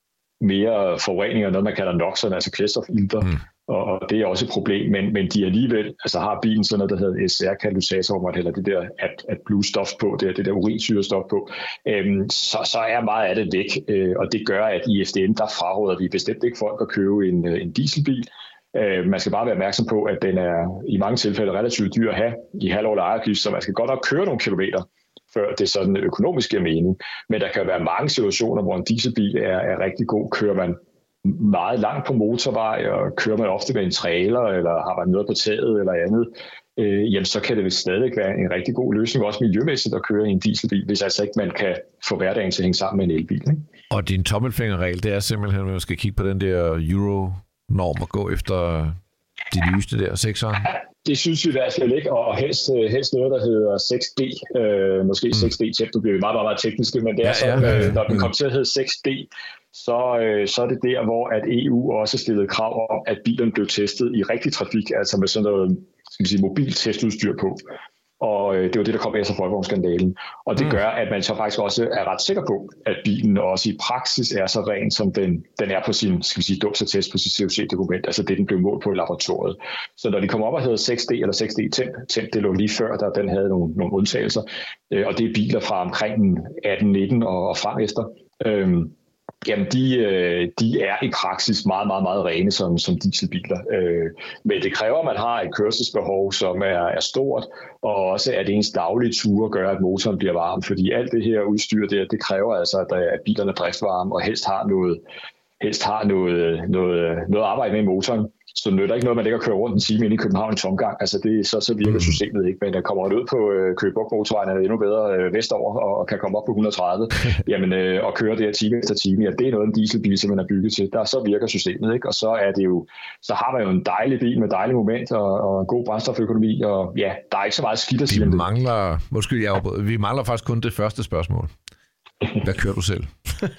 mere forurening af noget, man kalder noxerne, altså kvælstofilter, mm. og, og det er også et problem, men, men de alligevel altså har bilen sådan noget, der hedder S R-katalysator, hvor man hælder det der AdBlue-stof på, det, det der urinsyrestof på, øhm, så, så er meget af det væk, øh, og det gør, at i F D M, der fraråder vi bestemt ikke folk at købe en, en dieselbil. Øh, man skal bare være opmærksom på, at den er i mange tilfælde relativt dyr at have i halvårlig ejerafgift, så man skal godt nok køre nogle kilometer, før det sådan økonomisk giver mening. Men der kan være mange situationer, hvor en dieselbil er, er rigtig god. Kører man meget langt på motorvej, og kører man ofte med en trailer, eller har man noget på taget eller andet, øh, jamen så kan det stadig være en rigtig god løsning, også miljømæssigt at køre i en dieselbil, hvis altså ikke man kan få hverdagen til at hænge sammen med en elbil. Ikke? Og din tommelfingerregel, det er simpelthen, at man skal kigge på den der Euro-norm og gå efter de nyeste der sekseren? Det synes vi i hvert fald ikke, og helst, helst noget, der hedder seks D, øh, måske mm. seks D-tæt, du bliver meget, meget, meget tekniske, men det er ja, sådan, ja, ja, ja. når den kommer til at hedde seks D, så, øh, så er det der, hvor at E U også stillede krav om, at bilerne blev testet i rigtig trafik, altså med sådan noget skal vi sige, mobil testudstyr på. Og øh, det var det, der kom efter Folkevognsskandalen. Og det mm. gør, at man så faktisk også er ret sikker på, at bilen også i praksis er så ren, som den, den er på sin, skal vi sige, dåbsattest på sit C O C-dokument, altså det, den blev målt på i laboratoriet. Så når de kommer op og hedder seks D eller seks D-temp, temp, det lå lige før, der den havde nogle, nogle undtagelser, øh, og det er biler fra omkring atten nitten og, og frem efter. Øhm, Jamen, de, de er i praksis meget, meget, meget rene som, som dieselbiler. Men det kræver, at man har et kørselsbehov, som er, er stort, og også at ens daglige ture gør, at motoren bliver varm. Fordi alt det her udstyr, det, det kræver altså, at, at bilerne er driftsvarme og helst har noget, helst har noget, noget, noget arbejde med motoren. Så nytter ikke noget, man ikke at køre rundt en time ind i København i tomgang. Altså det, så, så virker systemet ikke. Men der kommer ud på øh, Køge Bugt motorvejen, er endnu bedre øh, vestover og kan komme op på et hundrede og tredive. Jamen, øh, og køre det her time efter time. Ja, det er noget, en dieselbil simpelthen er bygget til. Der så virker systemet, ikke? Og så er det jo, så har man jo en dejlig bil med dejlig moment og, og en god brændstoføkonomi. Og ja, der er ikke så meget skidt at sige. Vi mangler, måske jeg vi mangler faktisk kun det første spørgsmål. Hvad kører du selv?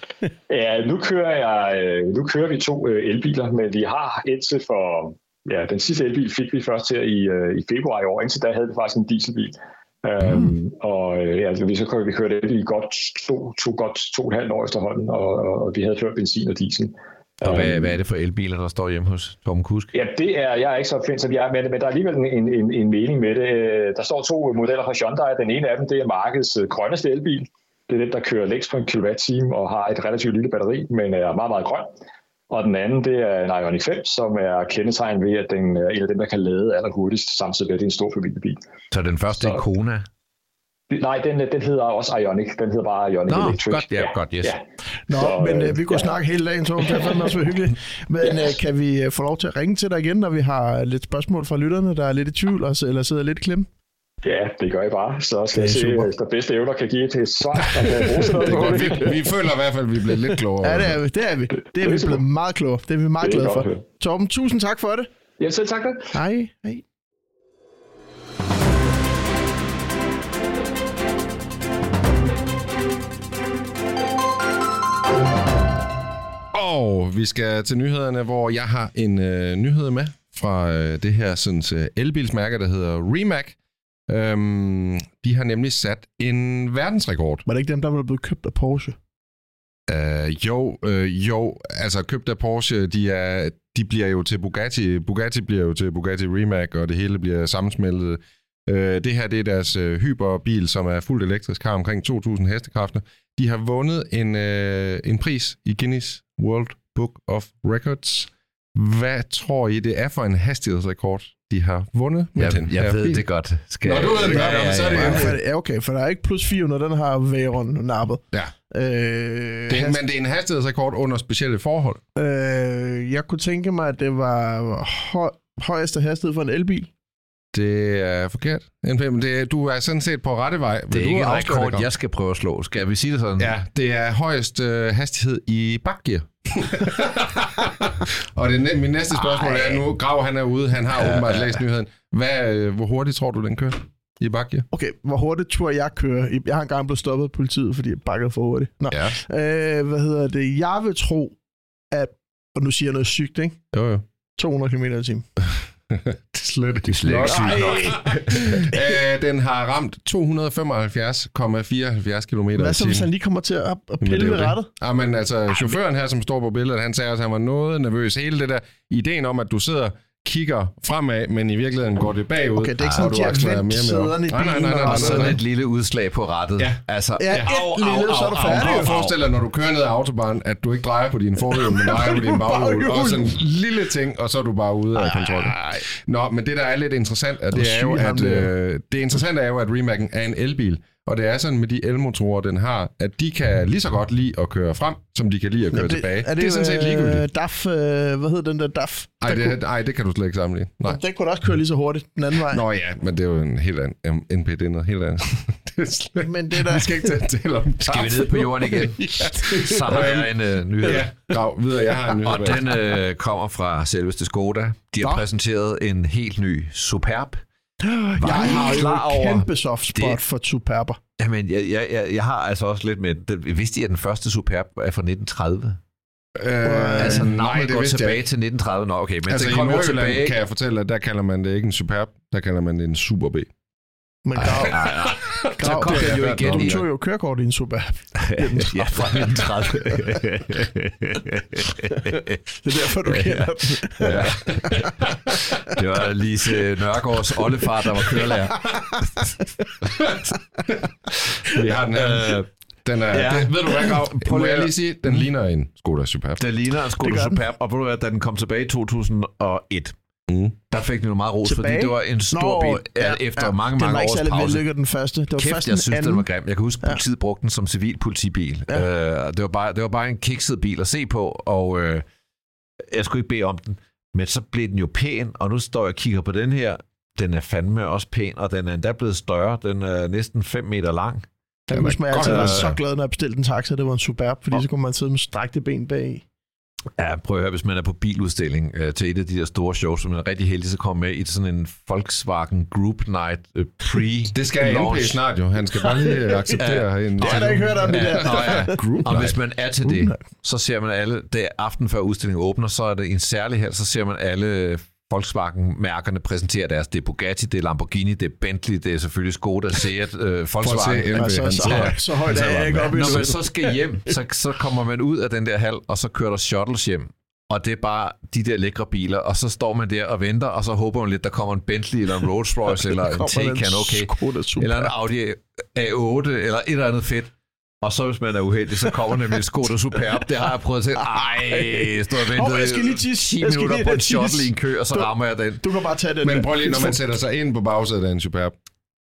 Ja, nu kører jeg, nu kører vi to elbiler, men vi har indtil for, ja, den sidste elbil fik vi først her i, i februar i år. Indtil da havde vi faktisk en dieselbil. Mm. Um, og ja, vi så kørte vi kørte elbil godt to, to, godt to og et halvt år efterhånden, og, og vi havde før benzin og diesel. Og hvad, um, hvad er det for elbiler, der står hjemme hos Torben Kusk? Ja, det er, jeg er ikke så opfindsom, jeg er med det, men der er alligevel en, en, en mening med det. Der står to modeller fra Hyundai. Den ene af dem, det er markedets grønneste elbil. Det er den, der kører længst på en kilowatt-time og har et relativt lille batteri, men er meget, meget grøn. Og den anden, det er en Ioniq fem, som er kendetegn ved, at den er en af dem, der kan lade allerhurtigst, samtidig med, at det er en stor familiebil. Så den første så, er Kona? Nej, den, den hedder også Ioniq. Den hedder bare Ioniq Nå, Electric. godt, ja, godt, yes. Ja. Nå, så, men øh, vi kunne ja. snakke hele dagen, så det er fandme også hyggeligt. Men øh, kan vi øh, få lov til at ringe til dig igen, når vi har lidt spørgsmål fra lytterne, der er lidt i tvivl, også, eller sidder lidt i klemme? Ja, det gør jeg bare. Så skal jeg se, hvis der bedste evner kan give til et svar, der kan bruge sådan noget. vi, vi føler i hvert fald, at vi er blevet lidt klogere. Ja, det er vi. Det er vi. Det er vi blevet meget klogere. Det er vi meget glade for. Torben, tusind tak for det. Ja, selv tak da. Hej, hej. Og vi skal til nyhederne, hvor jeg har en øh, nyhed med fra øh, det her sådan, øh, elbilsmærke, der hedder Rimac. Øhm, de har nemlig sat en verdensrekord. Var det ikke dem, der var blevet købt af Porsche? Uh, jo, uh, jo, altså købt af Porsche, de, er, de bliver jo til Bugatti. Bugatti bliver jo til Bugatti Rimac, og det hele bliver sammensmeltet. Uh, det her, det er deres uh, hyperbil, som er fuldt elektrisk, har omkring to tusind hestekræfter. De har vundet en, uh, en pris i Guinness World Book of Records. Hvad tror I, det er for en hastighedsrekord, de har vundet med jeg, den jeg her ved bil? det godt. Skal Nå, du ved det godt, ja, ja, ja, så er det ja, ja. Okay, for der er ikke plus fire, når den har Veyron nappet. Ja. Øh, det er, men det er en hastighedsrekord under specielle forhold. Øh, jeg kunne tænke mig, at det var høj, højeste hastighed for en elbil. Det er forkert. Det, du er sådan set på rette vej. Det er ikke en rekord, jeg skal prøve at slå. Skal vi sige det sådan? Ja, det er højest øh, hastighed i bakgear. Og det, min næste spørgsmål er nu, Grav han er ude, han har åbenbart læst nyheden. Hvad, øh, hvor hurtigt tror du, den kører i bakgear? Okay, hvor hurtigt tror jeg kører? Jeg har engang blevet stoppet af politiet, fordi jeg bakkede for hurtigt. Nå. Ja. Øh, hvad hedder det? Jeg vil tro, at, og nu siger jeg noget sygt, ikke? Jo, jo. to hundrede kilometer i timen. det er slet, det er slet ikke sygt nok. Æh, den har ramt to hundrede og femoghalvfjerds komma fireoghalvfjerds kilometer. Hvad så, hvis han lige kommer til at, at pille ved rettet? Ja, men altså, chaufføren her, som står på billedet, han sagde også, at han var noget nervøs. Hele det der ideen om, at du sidder kigger fremad, men i virkeligheden går det bagud. Okay, det er ikke sådan, at de har vendt sæderne i bilen. Og sådan et lille udslag på rattet. Ja, altså, ja, ja. et lille, så er du færdig. Og forestil dig, når du kører ned ad autobahn, at du ikke drejer på din forhjul, men drejer på din baghjul. Og sådan en lille ting, og så er du bare ude af kontrol. Nå, men det, der er lidt interessant, er, det er jo, at øh, det interessante er jo, at Remac'en er en elbil. Og det er sådan med de elmotorer, den har, at de kan lige så godt lide at køre frem, som de kan lide at køre det, tilbage. Er det, det er sådan set ligegyldigt. Øh, D A F, øh, hvad hedder den der D A F? Nej, det, kunne... det kan du slet ikke sammenligne. Nej. Den kunne da også køre lige så hurtigt den anden vej. Nå ja, men det er jo en helt anden N P, det er noget helt andet. det er slet... Men det er der... Vi skal ikke tale om det. Skal vi ned på jorden igen? ja. Så har jeg en øh, nyhed. Ja, Grav, videre, jeg har en nyhed. Og den øh, kommer fra selveste Skoda. De har Nå. præsenteret en helt ny Superb. Var jeg har jo et kæmpe soft spot det... for Superber. Jamen, jeg, jeg, jeg, jeg har altså også lidt med... Det, vidste I, at den første Superb er fra nitten tredive? Øh, altså, nej, det går tilbage jeg. til nitten tredive. Nå, okay, men altså, det kommer tilbage. Kan jeg fortælle, at der kalder man det ikke en Superb, der kalder man det en Super B. Men Grav, så kom det jo igen. Du tog jo kørekort i en Superb. Ja, fra nitten tredive. Det er derfor, du kender den. Ja. Det var Lise Nørgaards oldefar, der var kørelærer. Vi har den her. Den er, ja. den, ved du hvad, Grav? Prøv lige at lige sige, den ligner en Skoda Superb. Den ligner en Skoda Superb, og ved du hvad, da den kom tilbage i to tusind og et, mm. der fik den jo meget ros, tilbage? Fordi det var en stor Nå, bil ja, efter ja. mange, mange års pause. Den var ikke særlig den første. Det var Kæft, først jeg synes, anden. den var grim. Jeg kan huske, at politiet ja. brugte den som civil politibil. Ja. Uh, det, var bare, det var bare en kikset bil at se på, og uh, jeg skulle ikke bede om den. Men så blev den jo pæn, og nu står jeg og kigger på den her. Den er fandme også pæn, og den er endda blevet større. Den er næsten fem meter lang. Jeg kan huske, at jeg altid var så glad, når jeg bestilte en taxa, det var en Superb, fordi oh. så kunne man sidde med strækte ben bag. Ja, prøv at høre, hvis man er på biludstilling øh, til et af de der store shows, så man er rigtig heldig, så kommer med i sådan en Volkswagen Group Night øh, pre Det skal N P snart jo, han skal bare lige acceptere herinde. Det har jeg ikke hørt om det der. Nå, ja. Group og hvis man er til Group det, night. Så ser man alle, det er aften før udstillingen åbner, så er det en særlig her, så ser man alle Volkswagen-mærkerne præsenterer deres. Det er Bugatti, det er Lamborghini, det er Bentley, det er selvfølgelig Skoda, Seat, øh, Volkswagen. Ja, så, så, høj, så højt er jeg ikke op i. Når man så skal hjem, så, så kommer man ud af den der hal, og så kører der shuttles hjem. Og det er bare de der lækre biler, og så står man der og venter, og så håber man lidt, der kommer en Bentley, eller en Rolls Royce, eller en Taycan, okay, eller en Audi A otte, eller et eller andet fedt. Og så hvis man er uheldig, så kommer nemlig et Skoda Superb. Det har jeg prøvet at sige. Ej, stod og ventede oh, jeg skal lige tisse. ti minutter på en shuttle i en kø, og så du, rammer jeg den. Du kan bare tage den. Men prøv lige, når man sætter sig ind på bagsædet af en Superb,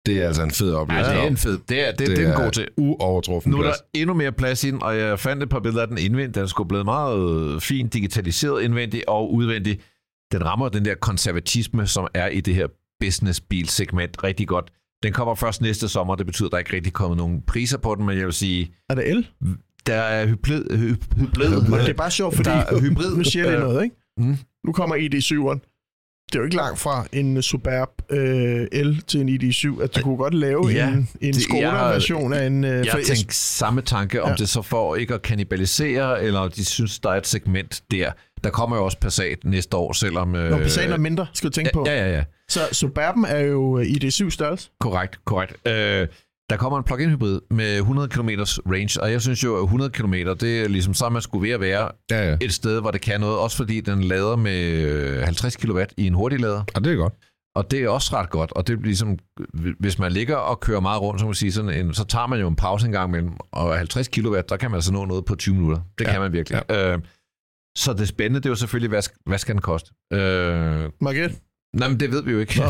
Det er altså en fed oplevelse. Ja, det er en fed. Det er, det, det, det er en god til. Uovertruffen Nu er der plads. endnu mere plads ind, og jeg fandt et par billeder af den indvendigt. Den er sgu blevet meget fint digitaliseret indvendigt og udvendigt. Den rammer den der konservatisme, som er i det her businessbil-segment rigtig godt. Den kommer først næste sommer. Det betyder, at der ikke rigtig kommer nogen priser på den, men jeg vil sige... Er det el? Der er hybrid... Hy- hybrid Men det er bare sjovt, fordi der er hybrid, nu siger jeg noget, ikke? Mm. Nu kommer I D syv'eren. Det er jo ikke langt fra en Superb øh, el til en I D syv, at du kunne godt lave ja, en, en det, Skoda-version af en... Øh, jeg har tænkt samme tanke, om ja. det så får ikke at kannibalisere, eller de synes, der er et segment der. Der kommer jo også Passat næste år, selvom... Øh, Nå, Passat er mindre, skal du tænke ja, på. Ja, ja, ja. Så Superben er jo I D syv størrelse. Korrekt, korrekt. Øh, der kommer en plug-in hybrid med hundrede kilometer range, og jeg synes jo, at hundrede kilometer, det er ligesom så, man skulle ved at være ja, ja. et sted, hvor det kan noget, også fordi den lader med halvtreds kilowatt i en hurtiglader. Og det er godt. Og det er også ret godt, og det er ligesom, hvis man ligger og kører meget rundt, så, man sige, sådan en, så tager man jo en pause en gang imellem, og halvtreds kilowatt, der kan man altså nå noget på tyve minutter. Det ja. kan man virkelig. Ja. Øh, så det spændende, det er jo selvfølgelig, hvad, hvad skal den koste? Øh, Margit? Nej, men det ved vi jo ikke.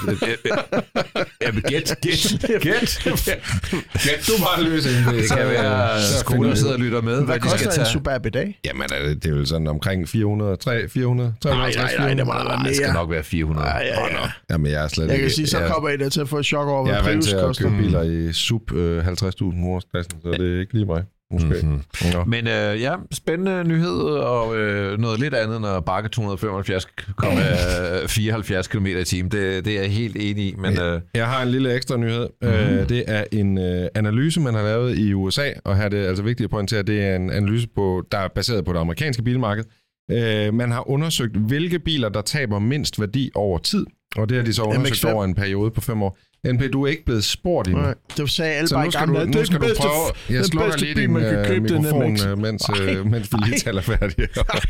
Ja, men gæt, gæt, gæt. Gæt du bare løs ind. Det kan være, Skoda sidder og lytter med, hvad, hvad de koster skal tage. en Superb i dag? Jamen, det er jo sådan omkring fire hundrede, tre, fire hundrede, tre hundrede, nej, nej, nej, det må der være mere. Det skal nok være fire hundrede. Ja, ja, ja. Jamen, jeg er slet jeg ikke... kan sige, så jeg, kommer I der til at få et chok over, hvad Prius koster. Jeg er vant til at købe biler i sub øh, halvtreds tusind kroner-klassen, så det er ikke lige mig. Mm-hmm. Ja. Men øh, ja, spændende nyhed, og øh, noget lidt andet, når bakke to hundrede femoghalvfjerds komma fireoghalvfjerds kilometer i timen. Det, det er jeg helt enig i. Men, øh... Jeg har en lille ekstra nyhed. Mm-hmm. Øh, det er en øh, analyse, man har lavet i U S A, og her er det altså vigtigt at pointere, at det er en analyse, på, der er baseret på det amerikanske bilmarked. Øh, man har undersøgt, hvilke biler, der taber mindst værdi over tid, og det har de så undersøgt over en periode på fem år. N P, du er ikke blevet spurgt endnu. Nej, det sagde alle så bare nu skal, du, nu skal du prøve... Jeg slukker lige din uh, mikrofon, uh, mens, uh, mens vi lige taler færdigt.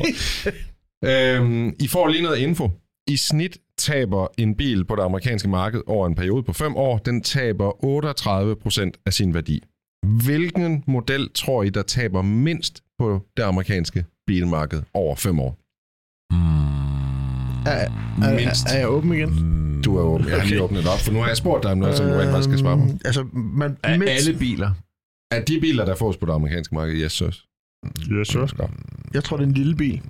øhm, I får lige noget info. I snit taber en bil på det amerikanske marked over en periode på fem år. Den taber otteogtredive procent af sin værdi. Hvilken model tror I, der taber mindst på det amerikanske bilmarked over fem år? Mm. Er, er, mindst. Er jeg åben igen? Du er åben. Jeg har lige åbnet op, for nu har jeg spurgt dig om noget, som du rent skal svare på. Altså, man, er mindst... alle biler? Er de biler, der fås på det amerikanske marked? Yes, sir. Yes, sir. Jeg tror, det er en lille bil.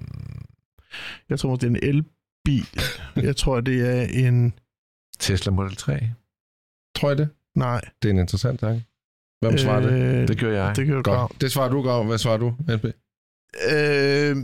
Jeg tror, det er en elbil. Jeg tror, det er en... Tesla Model tre. Tror jeg det? Nej. Det er en interessant tanke. Hvem svarer øh, det? Det gør jeg. Det gør du, Grav. Det svarer du, Grav. Hvad svarer du, N P? Øh...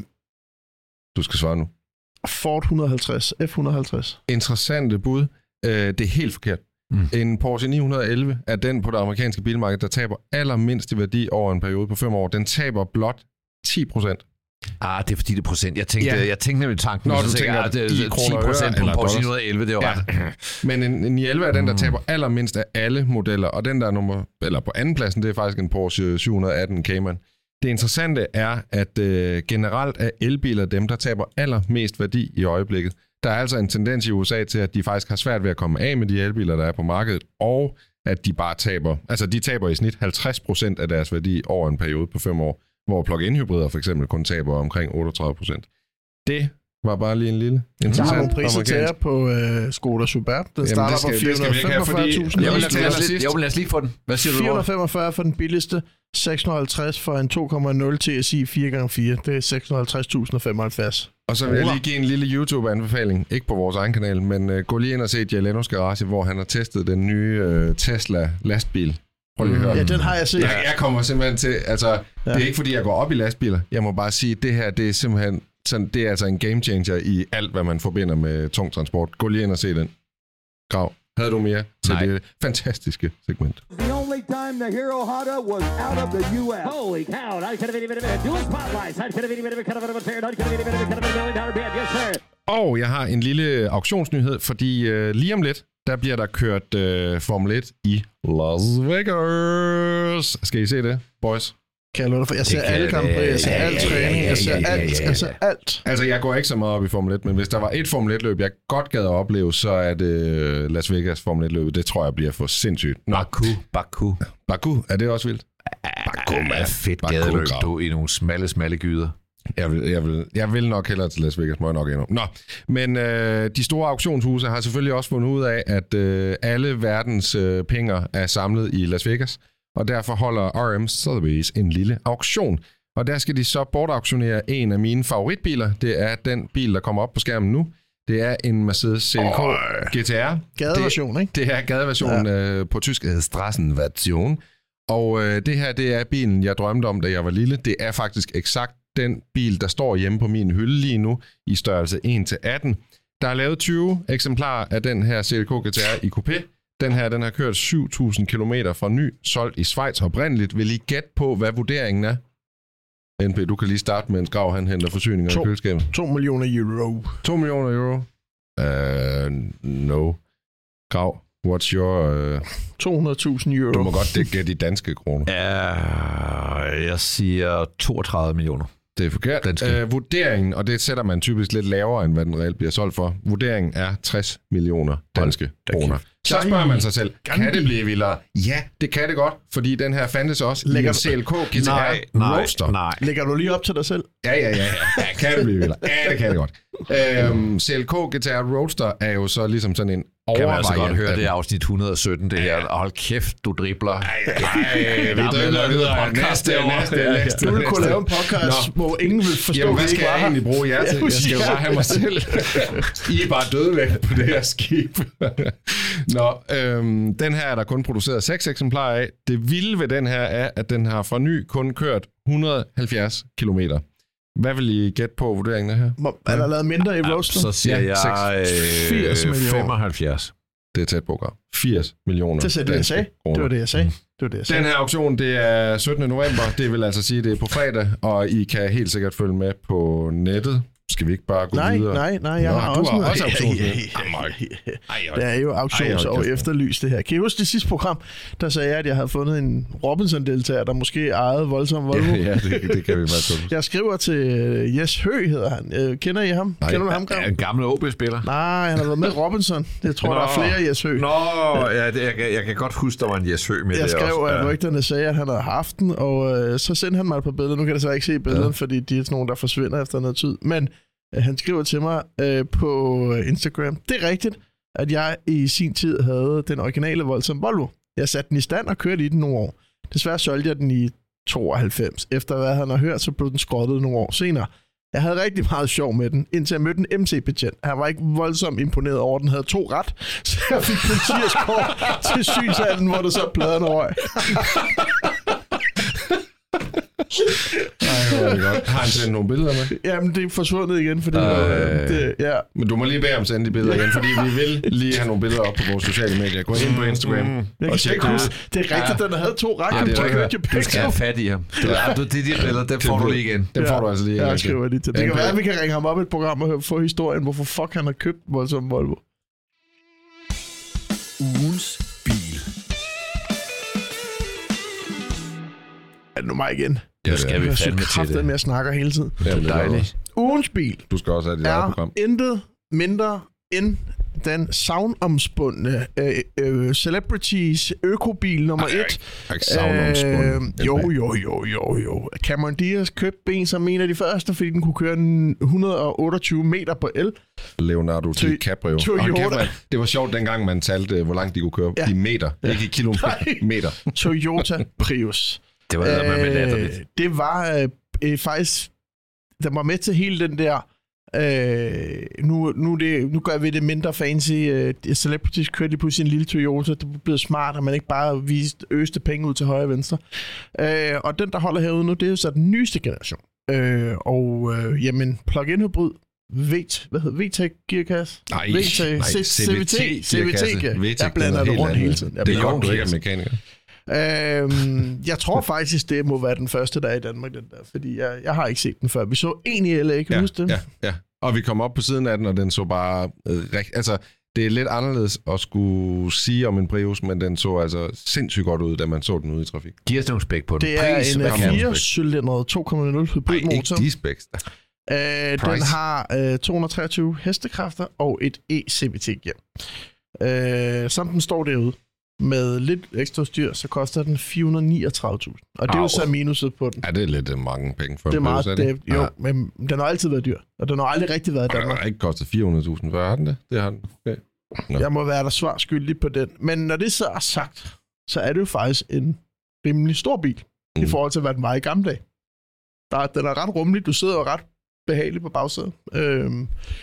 Du skal svare nu. Ford et hundrede og halvtreds. F et hundrede og halvtreds. Interessante bud. Øh, det er helt forkert. Mm. En Porsche ni hundrede og elleve er den på det amerikanske bilmarked, der taber allermindst i værdi over en periode på fem år. Den taber blot ti procent. Ah, det er fordi det er procent. Jeg tænkte, ja. jeg tænkte nemlig tanken, Når så du tænker, tænker, at det er ti procent på en Porsche ni hundrede og elleve, det er jo ja. ret. Men en, en ni elleve er den, der taber allermindst af alle modeller, og den der er nummer, eller på anden pladsen, det er faktisk en Porsche syv hundrede og atten Cayman. Det interessante er, at øh, generelt er elbiler dem, der taber allermest værdi i øjeblikket. Der er altså en tendens i U S A til, at de faktisk har svært ved at komme af med de elbiler, der er på markedet, og at de bare taber, altså de taber i snit halvtreds procent af deres værdi over en periode på fem år, hvor plug-in hybrider for eksempel kun taber omkring otteogtredive procent. Det var bare lige en lille interessant. Jeg har nogle priser til jer på uh, Skoda Superb. Den Jamen, starter skal, på fire hundrede og femogfyrre tusind. Jeg vil lade os lige få den. Hvad siger du? fire hundrede og femogfyrre for den billigste. seks hundrede og halvtreds for en to komma nul T S I fire gange fire. Det er seks hundrede og halvtreds tusind og femoghalvfjerds. Og så vil jeg lige give en lille YouTube-anbefaling. Ikke på vores egen kanal, men uh, gå lige ind og se Jay Lenos garage, hvor han har testet den nye uh, Tesla lastbil. Prøv lige at høre. Ja, den har jeg set. Jeg, jeg kommer simpelthen til, altså, ja. Det er ikke fordi, jeg går op i lastbiler. Jeg må bare sige, at det her, det er simpelthen, sådan, det er altså en game changer i alt, hvad man forbinder med tung transport. Gå lige ind og se den. Grav, havde du mere til Nej. Det fantastiske segment? The only time the Hero Honda was out of the U S Holy cow, I could have been a dual spotlights. I could have been a kind of a fair, I could have been a kind of a million dollar bid. Yes, sir. Og jeg har en lille auktionsnyhed, fordi uh, lige om lidt, der bliver der kørt uh, Formel et i Las Vegas. Skal I se det, boys? Kan jeg love dig for? Jeg ser alle kampe, jeg ser alt træning, jeg ser alt, jeg ser alt. Altså, jeg går ikke så meget op i Formel et, men hvis der var et Formel et-løb, jeg godt gad at opleve, så er det Las Vegas Formel et-løbet. Det tror jeg bliver for sindssygt. Nå. Baku. Baku. Baku, er det også vildt? Baku er fedt gadeløb, du, i nogle smalle, smalle gyder. Jeg vil, jeg, vil, jeg vil nok hellere til Las Vegas, må jeg nok indrømme. Nå, men øh, de store auktionshuse har selvfølgelig også fundet ud af, at øh, alle verdens øh, penge er samlet i Las Vegas, og derfor holder R M Sotheby's en lille auktion. Og der skal de så bortauktionere en af mine favoritbiler. Det er den bil, der kommer op på skærmen nu. Det er en Mercedes C L K oh, G T R. Gadeversion, ikke? Det er gadeversionen ja. øh, på tysk, hedder Strassenversion. Og øh, det her, det er bilen, jeg drømte om, da jeg var lille. Det er faktisk eksakt den bil, der står hjemme på min hylde lige nu, i størrelse en til atten. Der er lavet tyve eksemplarer af den her C L K G T R i coupé. Den her, den har kørt syv tusind kilometer fra ny, solgt i Schweiz oprindeligt. Vil I gætte på, hvad vurderingen er? N P, du kan lige starte med en Grav, han henter forsyninger to, i køleskabet. to millioner euro. to millioner euro? Uh, no. Grav, what's your... Uh... to hundrede tusind euro. Du må godt dække de danske kroner. Ja, jeg siger toogtredive millioner. Det er forkert. Uh, vurderingen, og det sætter man typisk lidt lavere, end hvad den reelt bliver solgt for. Vurderingen er tres millioner danske kroner. Så spørger man sig selv, kan det blive vildere? Ja, det kan det godt, fordi den her fandtes også Lægger i en C L K G T R nej, nej, Roadster. Nej. Lægger du lige op til dig selv? Ja, ja, ja. ja. ja kan det blive vildere? Ja, det kan det godt. Øhm, C L K G T R Roadster er jo så ligesom sådan en kan man altså godt høre, det er afsnit et hundrede og sytten, det her. Hold kæft, du dribler. Ej, ej, vi dribler videre. Næste, næste, næste. Du vil kunne lave en podcast, hvor ingen vil forstå, jamen, hvad skal jeg egentlig bruge jer til? Jeg skal jo bare have mig selv. I er bare døde væk på det her skib. Nå, øhm, den her er der kun produceret seks eksemplarer af. Det vilde ved den her er, at den har fra ny kun kørt et hundrede og halvfjerds kilometer. Hvad vil I gætte på vurderingen her? Er der lavet mindre i Roadster? Så siger ja, jeg firs millioner. femoghalvfjerds. Det er tæt på, Grav. firs millioner. Det, det, jeg sagde. Det var det, jeg sagde. Det var det, jeg sagde. Den her auktion, det er syttende november. Det vil altså sige, det er på fredag, og I kan helt sikkert følge med på nettet. Skal vi ikke bare gå nej, videre? Nej, nej, jeg Nå, har du også, har noget. også auktionsnet. Der er jo auktions- og efterlys det her. Kan I huske det sidste program, der sagde jeg, at jeg havde fundet en Robinson-deltager, der måske ejede voldsom Volvo? Ja, ja det, det kan vi bare tage. Jeg skriver til Jes Høgh, hedder han. Kender I ham? Nej. Kender du ham, Grav? Er en gammel O B-spiller? Nej, han har været med Robinson. Jeg tror, Nå. der er flere Jes Høgh. Nå, ja, det, jeg, jeg kan godt huske, der var en Jes Høgh med jeg det også. Jeg skrev, at ja. rygterne sagde, at han havde haft den, og øh, så sendte han mig et par billeder. Nu kan jeg så ikke se billederne, ja. fordi de er sådan nogle, der forsvinder efter noget tid. Men han skriver til mig øh, på Instagram, det er rigtigt, at jeg i sin tid havde den originale voldsomme Volvo. Jeg satte den i stand og kørte i den nogle år. Desværre solgte jeg den i tooghalvfems. Efter hvad han har hørt, så blev den skrottet nogle år senere. Jeg havde rigtig meget sjov med den, indtil jeg mødte en M C-betjent. Han var ikke voldsomt imponeret over, at den havde to ret, så jeg fik politierskår til synshallen, hvor der så pladerne røg. Ej, hvor er det godt. Har han sendt nogle billeder med? Jamen, det er forsvundet igen, fordi... Øh, det, ja. Men du må lige bede om at sende de billeder igen, fordi vi vil lige have nogle billeder op på vores sociale medier. Gå ind på Instagram. Mm, jeg kan ikke huske. Det er rigtigt, ja. Den havde to rækker. Ja, det er rigtigt. Du skal have fat i ham. Du, ja. du, det er de billeder, dem får du lige igen. Dem får du altså lige igen. Jeg skriver lige til. Det kan være, at vi kan ringe ham op i et program og få historien, hvorfor fuck han har købt voldsom Volvo. Ugens bil. Er det nu mig igen? Ja, det skal vi fandme til det. Med at snakke hele tiden. Det er dejligt. Ugens bil. Du skal også have dit eget program. Er intet mindre end den savnomspundne øh, øh, Celebrities økobil nummer Ej, et. Ikke savnomspundne. Øh, jo, jo, jo, jo, jo. Cameron Diaz købte ben som en af de første, fordi den kunne køre et hundrede og otteogtyve meter på el. Leonardo DiCaprio. Toyota. Det var sjovt dengang, man talte, hvor langt de kunne køre. Ja. I meter, ja. Ikke i kilometer. Toyota Prius. Det var øh, med latterligt. Det var øh, faktisk... Der var med til hele den der... Øh, nu, nu, det, nu gør vi det mindre fancy. Øh, Celebrities kørte på sin lille Toyota. Det blev smart, at man ikke bare viste øste penge ud til højre og venstre. Øh, og den, der holder herude nu, det er jo så den nyeste generation. Øh, og øh, jamen, plug-in hybrid. V, hvad hedder V T E C gearkasse? Nej, V T E C, C V T C V T gearkasse. Jeg blander det rundt hele tiden. Det er jo du ikke er mekaniker. Øhm, jeg tror faktisk, det må være den første, der er i Danmark, den der, fordi jeg, jeg har ikke set den før. Vi så en i L A, ikke ja, huske det? Ja, ja. Og vi kom op på siden af den, og den så bare... Øh, rigt, altså, det er lidt anderledes at skulle sige om en Prius, men den så altså sindssygt godt ud, da man så den ude i trafik. Giv os nogle spæk på den. Det er Pris, en fire-cylindret to komma nul hybridmotor. Nej, ikke de specs. Øh, den har øh, to hundrede og treogtyve hestekræfter og et E C V T gear. Øh, som den står derude. med lidt ekstra styr, så koster den fire hundrede og niogtredive tusind. Og det er jo så minuset på den. Ja, det er lidt mange penge for det er en meget, Prius, det? det? Jo, ja. men den har altid været dyr. Og den har aldrig rigtig været i Den Danmark. har ikke kostet fire hundrede tusind før, har den det? Det har den. Okay. No. Jeg må være der svar skyldig på den. Men når det så er sagt, så er det jo faktisk en rimelig stor bil, mm. i forhold til, hvad den var i gamle dage. Der, den er ret rummelig. Du sidder jo ret behageligt på bagsædet. Øhm,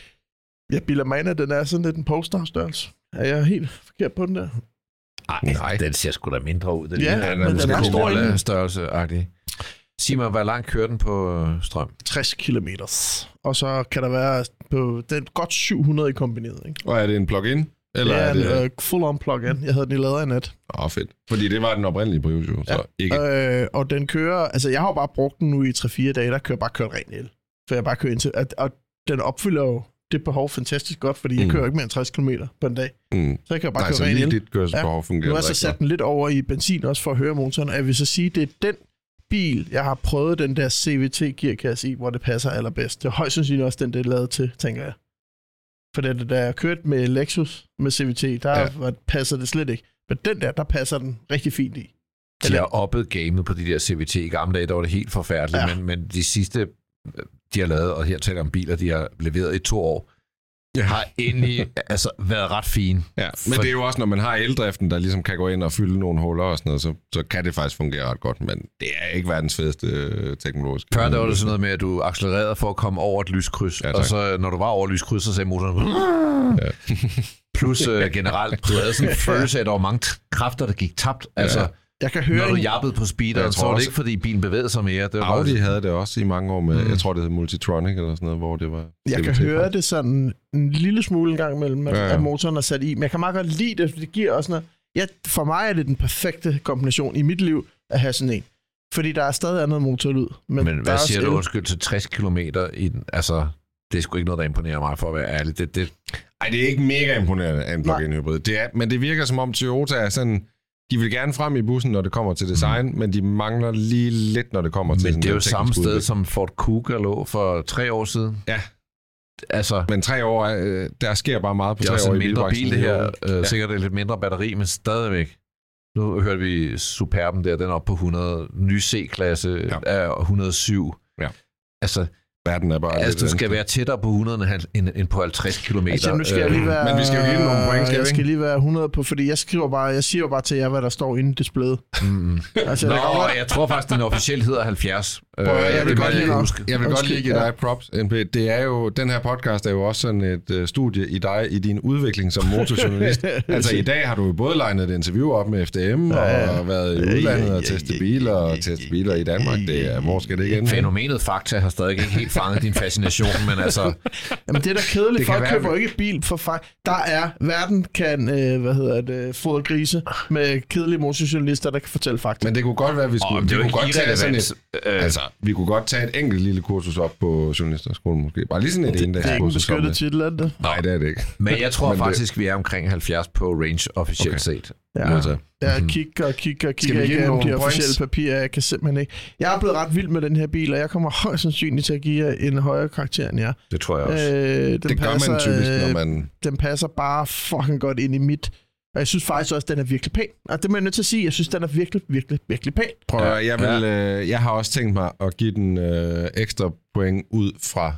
jeg bilder mig ind, at den er sådan lidt en Polestar-størrelse. Er jeg helt forkert på den der? Ej, Nej, den ser sgu da mindre ud. Den Ja, ligner, men den er stor inden. Størrelse-agtig. Sig mig, hvor langt kører den på strøm? tres kilometer. Og så kan der være på den godt syv hundrede i kombineret. Ikke? Og er det en plug-in? Eller det er, er det en uh, full-on plug-in. Jeg havde den i lader i nat. Åh, oh, fedt. Fordi det var den oprindelige Prius, jo. Så Ja. ikke. Øh, og den kører... Altså, jeg har jo bare brugt den nu i tre fire dage. Der kører bare kørt ren el. For jeg bare kører ind til... At, og den opfylder jo det behov fantastisk godt, fordi mm. jeg kører ikke mere end tres kilometer på en dag. Mm. Så jeg kan bare Nej, køre så ren lige el. dit kørselsbehov Ja. fungerer Nu har jeg så rigtig sat den lidt over i benzin også for at høre motoren. Og jeg vil så sige, det er den bil, jeg har prøvet den der C V T-gearkasse i, hvor det passer allerbedst. Det er højst sandsynligt også den, det er lavet til, tænker jeg. For da jeg kørte med Lexus med C V T, der ja. var, passer det slet ikke. Men den der, der passer den rigtig fint i. De har oppet gamet på de der C V T. I gamle dage, der var det helt forfærdeligt, ja. men, men de sidste, de har lavet, og her taler om biler, de har leveret i to år, ja. har egentlig altså, været ret fine. Ja, men for... det er jo også, når man har eldriften, der ligesom kan gå ind og fylde nogle huller og sådan noget, så, så kan det faktisk fungere ret godt, men det er ikke verdens fedeste øh, teknologisk. Før der var det sådan noget med, at du accelererede for at komme over et lyskryds, ja, og så når du var over et lyskryds, så sagde motoren... Ja. Plus øh, generelt, du havde sådan en følelse af, at der var mange kræfter, der gik tabt. Altså, ja. Jeg kan høre når du jappede på speederen, så var det ikke, fordi bilen bevægede sig mere. Det var Audi bare... havde det også i mange år med, mm. jeg tror, det hed Multitronic eller sådan noget, hvor det var... Jeg kan høre det sådan en lille smule en gang imellem, at, ja, ja. at motoren er sat i. Men jeg kan meget godt lide det, for det giver også noget... Ja, for mig er det den perfekte kombination i mit liv at have sådan en. Fordi der er stadig andet motorlyd. Men, men hvad siger du, undskyld, til tres kilometer i den? Altså, det er sgu ikke noget, der imponerer mig, for at være ærlig. Det, det... Ej, det er ikke mega imponerende af en plug-in hybrid. Det er, men det virker som om Toyota er sådan... De vil gerne frem i bussen, når det kommer til design, mm. men de mangler lige lidt, når det kommer til... Men det er jo samme sted, udvikling. Som Ford Kuga lå for tre år siden. Ja. Altså, men tre år, øh, der sker bare meget på tre år. Det er også en mindre bil, det her. Øh, ja. Sikkert et lidt mindre batteri, men stadigvæk. Nu hørte vi Superben der, den er oppe på hundrede. Ny C-klasse ja. er et hundrede og syv. Ja. Altså... Verden er bare altså, du skal være tættere på hundrede end, end på halvtreds kilometer. Altså, nu skal jeg lige være, men vi skal jo give nogle point, skal jeg skal lige være hundrede på, fordi jeg skriver bare, jeg siger jo bare til jer, hvad der står inde i displayet. Mm. Altså, Nå, jeg, jeg tror faktisk, den officielt hedder halvfjerds. Prøv, jeg, jeg vil godt lige huske. Jeg vil godt lige give dig props, N P. Det er jo, den her podcast er jo også sådan et uh, studie i dig, i din udvikling som motorjournalist. Altså, i dag har du både legnet et interview op med F D M, ja, ja. og været i udlandet og testet biler, og testet biler i Danmark. Det er, hvor skal det igen? Fænomenet Fakta har stadig ikke helt fanget din fascination, men altså... Jamen, det er da kedeligt. Folk køber ikke bil for fejl. Der er, verden kan, øh, hvad hedder det, fodre grise med kedelige motorjournalister, der kan fortælle fakta. Men det kunne godt være, at vi skulle... Oh, vi kunne godt tage sådan et, øh, altså, vi kunne godt tage et enkelt lille kursus op på journalisterskolen måske. Bare lige sådan et endags kursus. Det er ikke en beskyttet titel, er det? Nej, det er det ikke. Men jeg tror men faktisk, det... vi er omkring halvfjerds på range officielt okay. set. Ja, altså. jeg kigger og kigger og kigger igennem de officielle papirer. Jeg kan simpelthen ikke. Jeg er blevet ret vild med den her bil, og jeg kommer højst sandsynligt til at give jer en højere karakter end jer. Det tror jeg også. Øh, den det passer, gør man typisk, når man... Den passer bare fucking godt ind i mit. Og jeg synes faktisk også, at den er virkelig pæn. Og det må jeg nødt til at sige. Jeg synes, den er virkelig, virkelig, virkelig pæn. Prøv at, jeg, vil, øh, jeg har også tænkt mig at give den øh, ekstra point ud fra,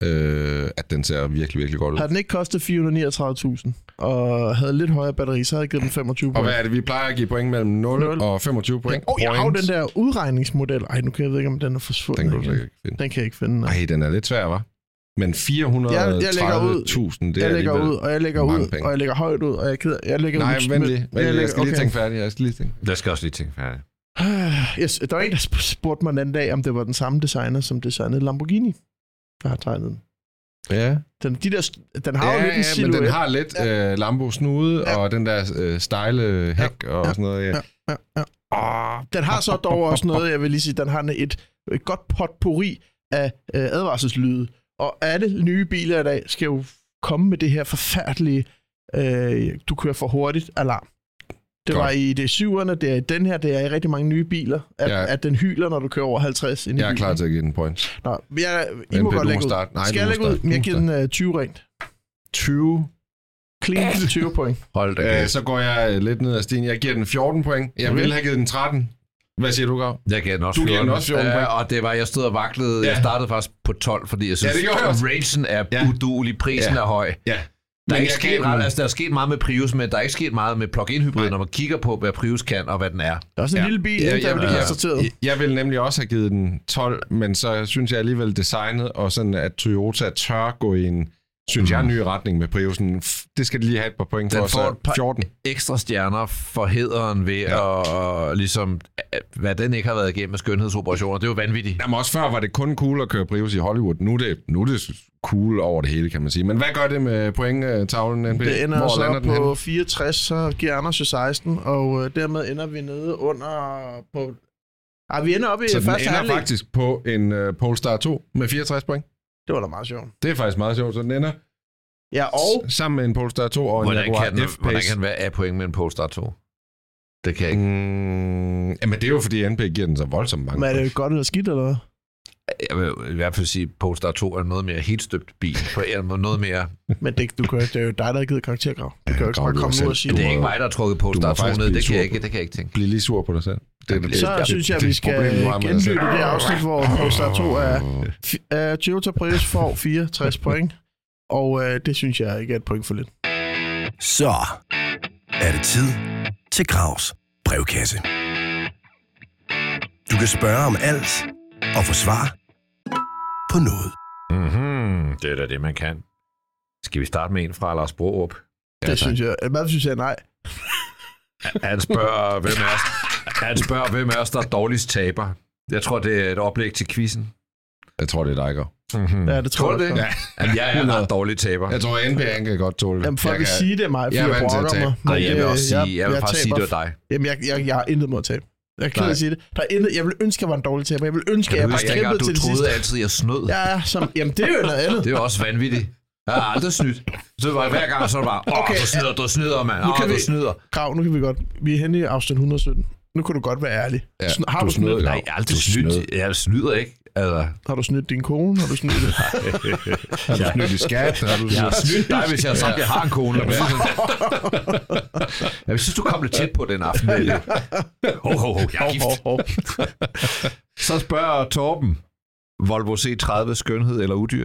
øh, at den ser virkelig, virkelig godt ud. Har den ikke kostet fire hundrede og niogtredive tusind og havde lidt højere batteri, så havde jeg givet den femogtyve point. Og hvad er det? Vi plejer at give point mellem nul, nul. og femogtyve point. Åh, oh, jeg har jo den der udregningsmodel. Ej, nu kan jeg ved ikke, om den er forsvundet. Den kan du ikke finde. Den kan jeg ikke finde. Nej, Ej, den er lidt svær, hva'? Men fire hundrede og tredive tusind, det er jeg lægger ud, og jeg lægger ud, penge. Og jeg lægger højt ud, og jeg keder. Jeg lægger Nej, ud. vent lige. Vent, jeg, jeg skal lige okay. tænke færdig. Jeg skal lige tænke. Jeg skal også lige tænke færdig. Yes, der var en, der spurgte mig en anden dag, om det var den samme designer, som designede Lamborghini, der har tegnet den. Ja. Den, de der, den har ja, jo lidt en silhuet. men den har lidt ja. øh, Lambo-snude, ja. og den der øh, stejle hæk ja. og ja. sådan noget. Ja. Ja. Ja. Ja. Oh, den har så dog også noget, jeg vil lige sige, den har et, et godt potpourri af øh, advarselslyde. Og alle nye biler i dag skal jo komme med det her forfærdelige, øh, du kører for hurtigt alarm. Det godt. Var i D syv'erne, det er i den her, det er i rigtig mange nye biler, at, ja. at den hyler, når du kører over halvtreds ind i Jeg er bilen. klar til at give den points. Nå, jeg, I må N P, godt lægge ud. Nej, skal jeg lægge ud? Jeg giver den uh, tyve rent. tyve? Clean til tyve point. Hold da. Øh, så går jeg lidt ned ad stigen. Jeg giver den fjorten point. Jeg ville have givet den tretten. Hvad siger du, Gav? Jeg gav den også Du giver fjorten. den også fjorten point. Ja, og det var, jeg stod og vaklede. Ja. Jeg startede faktisk på tolv, fordi jeg synes, Ja, det gjorde jeg også. rangen er Ja. uduelig, prisen Ja. er høj. Ja. Der er, Men ikke jeg sket, gav ret, den- altså, der er sket meget med Prius, men der er ikke sket meget med plug-in hybrid, Nej. når man kigger på, hvad Prius kan og hvad den er. Det er også en Ja. lille bil, Ja, ikke? Der jeg- vil det ja. konstateret. Jeg, jeg ville nemlig også have givet den tolv, men så synes jeg alligevel designet, og sådan at Toyota tør gå i en, synes jeg, en ny retning med Priusen. F- Det skal de lige have et par point Den for, får så et par- fjorten. Ekstra stjerner for hederen ved Ja. ja. at, og ligesom, hvad den ikke har været igennem med skønhedsoperationer. Det er jo vanvittigt. Jamen også før var det kun cool at køre Prius i Hollywood. Nu er det, nu er det cool over det hele, kan man sige. Men hvad gør det med pointtavlen, N P? Det ender Hvor så lander den på henne? fireogtres, så giver Anders jo seksten, og øh, dermed ender vi nede under på... Ej, vi ender oppe i Så den første ender halvleg. faktisk på en uh, Polestar to med fireogtres point. Det var da meget sjovt. Det er faktisk meget sjovt, så den ender Ja, og s- sammen med en Polestar to og en Hvordan Jaguar kan, den, F-Pace. hvordan kan den være af point med en Polestar to? Det kan jeg ikke. Mm, jamen, det er jo fordi, N P giver den så voldsomt mange. men er point. det godt eller skidt, eller hvad? Jeg vil i hvert fald sige, at Polestar to er noget mere helt støbt bil. På en måde noget mere... Men det, du kan, det er jo dig, der har givet karakterkrav. Du kan jo ikke Grav, bare du komme selv. ud og sige, Det er du ikke må- mig, der har trukket Du Polestar må to faktisk ned. blive Det kan, jeg sur ikke, på det kan jeg ikke tænke. Bliv lige sur på dig selv. Det, det, Så det, synes jeg, det, vi skal problem, du har med dig selv. genlytte det afsnit, hvor Polestar to er... F- er Toyota Prius får fireogtres point, og øh, det synes jeg ikke er et point for lidt. Så er det tid til Gravs brevkasse. Du kan spørge om alt og få svar på noget. Mm-hmm. Det er da det, man kan. Skal vi starte med en fra Lars Brorup? Det synes jeg... Hvad synes jeg? Nej. Han spørger, hvem er os, han spørger, hvem er os, der er dårligst taber. Jeg tror, det er et oplæg til quizzen. Jeg tror, det er dig, Gav. Mm-hmm. Ja, det tror du jeg det? godt. Ja. Jamen, jeg er en ret dårlig taber. Jeg tror, at N P han kan godt tåle det. Jamen, folk Jeg vil kan- sige, det er mig, fordi jeg er jeg, vant til at brokker tabe. mig. Nej, jeg vil øh, også sige, jeg vil faktisk sige, taber- det var dig. Jamen, jeg, jeg, jeg har intet mod at tabe. Jeg er ked af Nej. at sige det. Der er intet, jeg vil ønske, jeg var en dårlig taber. Jeg vil ønske, at jeg Jeg bare husker ikke, kæmpede du til det troede sidste. altid, jeg snød. Ja, ja, som, jamen, det er jo noget andet. Det er jo også vanvittigt. Jeg har aldrig snydt. Så var hver gang, så var det bare, åh, Okay. du snyder, du snyder, mand. Nu kan Åh, du vi- snyder. Krav, nu kan vi godt. Vi er henne i afsnit et hundrede og sytten. Nu kan du godt være ærlig. Ja, Sn- har du du, snød, snydt? ja. Nej, jeg har aldrig Du snydt. snød. Jeg snyder ikke. Altså, Har du snydt din kone? Har du snydt... Har du snydt i skat? Har du jeg har snydt dig, hvis jeg har sagt, at jeg har en kone. Eller jeg synes, du kom lidt tæt på den aften. Ho, ho, ho, jeg er gift. Så spørger Torben, Volvo C tredive, skønhed eller udyr?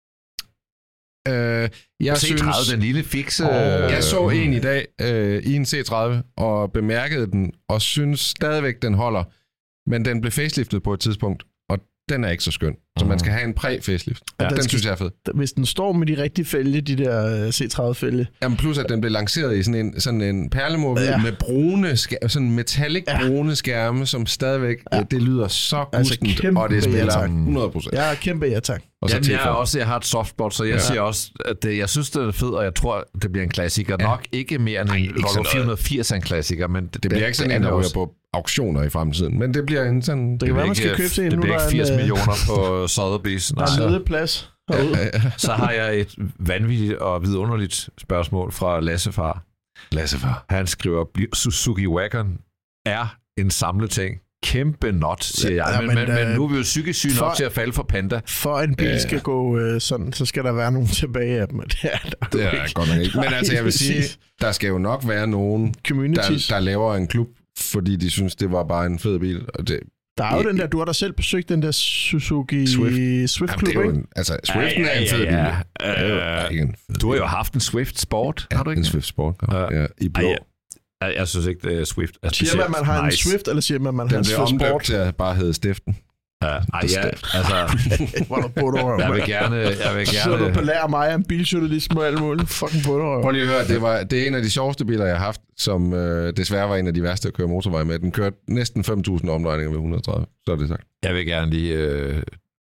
Øh, jeg C tredive, den lille fikse... Jeg så en i dag øh, i en C tredive og bemærkede den, og synes stadigvæk, den holder. Men den blev faceliftet på et tidspunkt, og den er ikke så skøn. Så man skal have en præ-facelift. Ja, Ja, den den skal- synes jeg er fed. Hvis den står med de rigtige fælge, de der øh, C tredive fælge. Jamen plus, at den blev lanceret i sådan en, sådan en perlemor Ja. ja. med brune skærme, sådan metallic Ja. brune skærme, som stadigvæk, Ja. ja. det lyder så Altså, gustent, kæmpe og det ja, spiller tak. hundrede procent. Jeg er kæmpe ja, tak. Og så Jamen, jeg, er T fyrre. også, jeg har et softspot, så jeg ja. siger også, at det, jeg synes, det er fedt, og jeg tror, det bliver en klassiker. Ja. Nok ikke mere end en ikke Volvo sådan noget. fire hundrede og firs er en klassiker, men det, Det bliver ikke sådan en, er der ryger også- på auktioner i fremtiden, men det bliver en sådan... Det kan være, man skal bliver købe til en Det nu, bliver der ikke er firs en, øh, millioner på Sotheby's. Der Nej. er en Så, ledig plads herude. så har jeg et vanvittigt og vidunderligt spørgsmål fra Lassefar. Lassefar. Han skriver, Suzuki Wagon er en samleting. Kæmpe not, siger jeg. Ja, Men, men, men, men øh, nu er vi jo psykisk syge for- nok til at falde for Panda. For en bil skal gå øh, sådan, så skal der være nogen tilbage af dem. og Det er der Det jo er ikke. godt nok ikke. Men Nej, altså, jeg vil sige, præcis. der skal jo nok være nogen, Communities. der, der laver en klub, fordi de synes, det var bare en fed bil. Og det, Der er jo den der, du har da selv besøgt den der Suzuki Swift. Swift jamen, Club, det er jo ikke? en, altså, Swiften er en fed bil. ja. Det er jo Øh, ikke en fed Du har jo bil. haft en Swift Sport, Ja, har du ikke? en Swift Sport. Ja. Ja, i blå. Ej, jeg, jeg synes ikke, det er Swift er Siger specielt man, at man har nice. en Swift, eller siger man, at man har Den en blev Swift omdøbt Sport? til at bare hedde Stiften. Ja, ej, ja, altså, Hvor er du butterøv, jeg vil mand. gerne, jeg vil Så du gerne, belærer mig af en biljournalist med alt muligt. Fucking butterøv. Prøv lige at høre, det, var, det er en af de sjoveste biler, jeg har haft, som øh, desværre var en af de værste at køre motorvej med. Den kørte næsten fem tusind omdrejninger ved et hundrede og tredive. Så er det sagt. jeg vil gerne lige øh,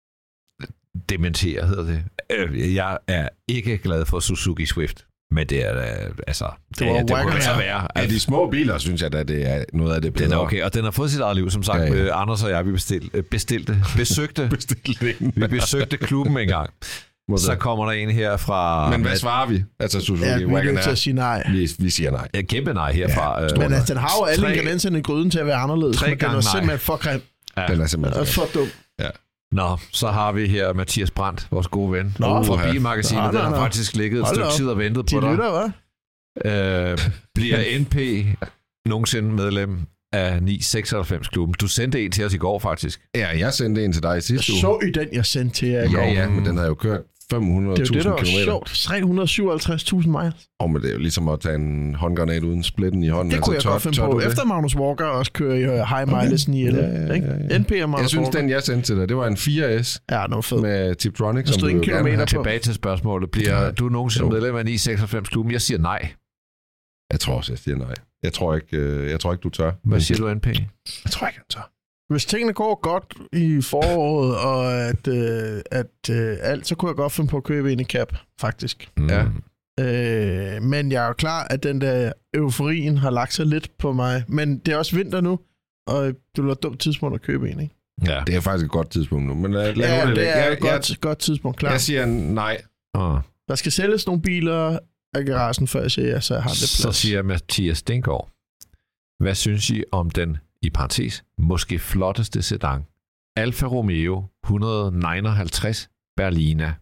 dementere, hedder det. Øh, jeg er ikke glad for Suzuki Swift, men det er, øh, altså, det, Det var det, det må Wagon være her. værre. Af de små biler, synes jeg, at det er noget af det bedre. Den er okay, og den har fået sit eget liv, som sagt. Ja, Ja, ja. ja. Anders og jeg, vi bestilte, bestillte, besøgte, vi besøgte klubben en gang. Så kommer der en her fra... Men hvad svarer vi? Altså Suzuki Ja, vi er Wagon nødt til R. at sige nej. Vi, vi siger nej. Ja, kæmpe nej herfra. Ja, Men altså, den har jo alle Tre- ingredienserne i gryden til at være anderledes. Tre men den gange er nej. simpelthen for grim. ja. Den er simpelthen Og for dum. Nå, så har vi her Mathias Brandt, vores gode ven. Nå, fra for- Bilmagasinet. Nå, Den nå, har nå. faktisk ligget et Hold stykke op. tid og ventet De på dig. lytter, hva'? Øh, bliver N P nogensinde medlem af ni seksoghalvfems-klubben? Du sendte en til os i går, faktisk. Ja, jeg sendte en til dig i sidste uge. Så I den, jeg sendte til jer i går? Ja, ja, men den havde jo kørt fem hundrede tusind kilometer. Det er jo det, der var sjovt. tre hundrede og syvoghalvtreds tusind miles. Og men det er jo ligesom at tage en håndgranat uden splitten i hånden. Det kunne altså, jeg godt finde på. Efter Magnus Walker også kører i high mileage ni elleve. Ja, ja, ja, ja. N P og Magnus Jeg synes, Walker. den jeg sendte til dig, det var en fire S. Ja, noget fedt. Med Tiptronic. Der stod en kilometer på. Tilbage til spørgsmålet. Bliver ja, du nogensinde jo. medlem af ni seksoghalvfems-klubben? Jeg siger nej. Jeg tror også, jeg siger nej. Jeg tror ikke, øh, jeg tror ikke du tør. Hvad siger du, N P? Jeg tror ikke, han tør. Hvis tingene går godt i foråret, og at, øh, at øh, alt, så kunne jeg godt finde på at købe en i cap, faktisk. Mm. Ja. Øh, men jeg er jo klar, at den der euforien har lagt sig lidt på mig. Men det er også vinter nu, og det bliver et dumt tidspunkt at købe en, ikke? Ja. Det er faktisk et godt tidspunkt nu. Men lad, lad ja, det, det er jeg, et godt, jeg, godt tidspunkt, klar. Jeg siger nej. Oh. Der skal sælges nogle biler af garagen, før jeg siger ja, så jeg har det plads. Så siger Mathias Stengård, hvad synes I om den, i parentes, måske flotteste sedan? Alfa Romeo et hundrede nioghalvtreds Berlina.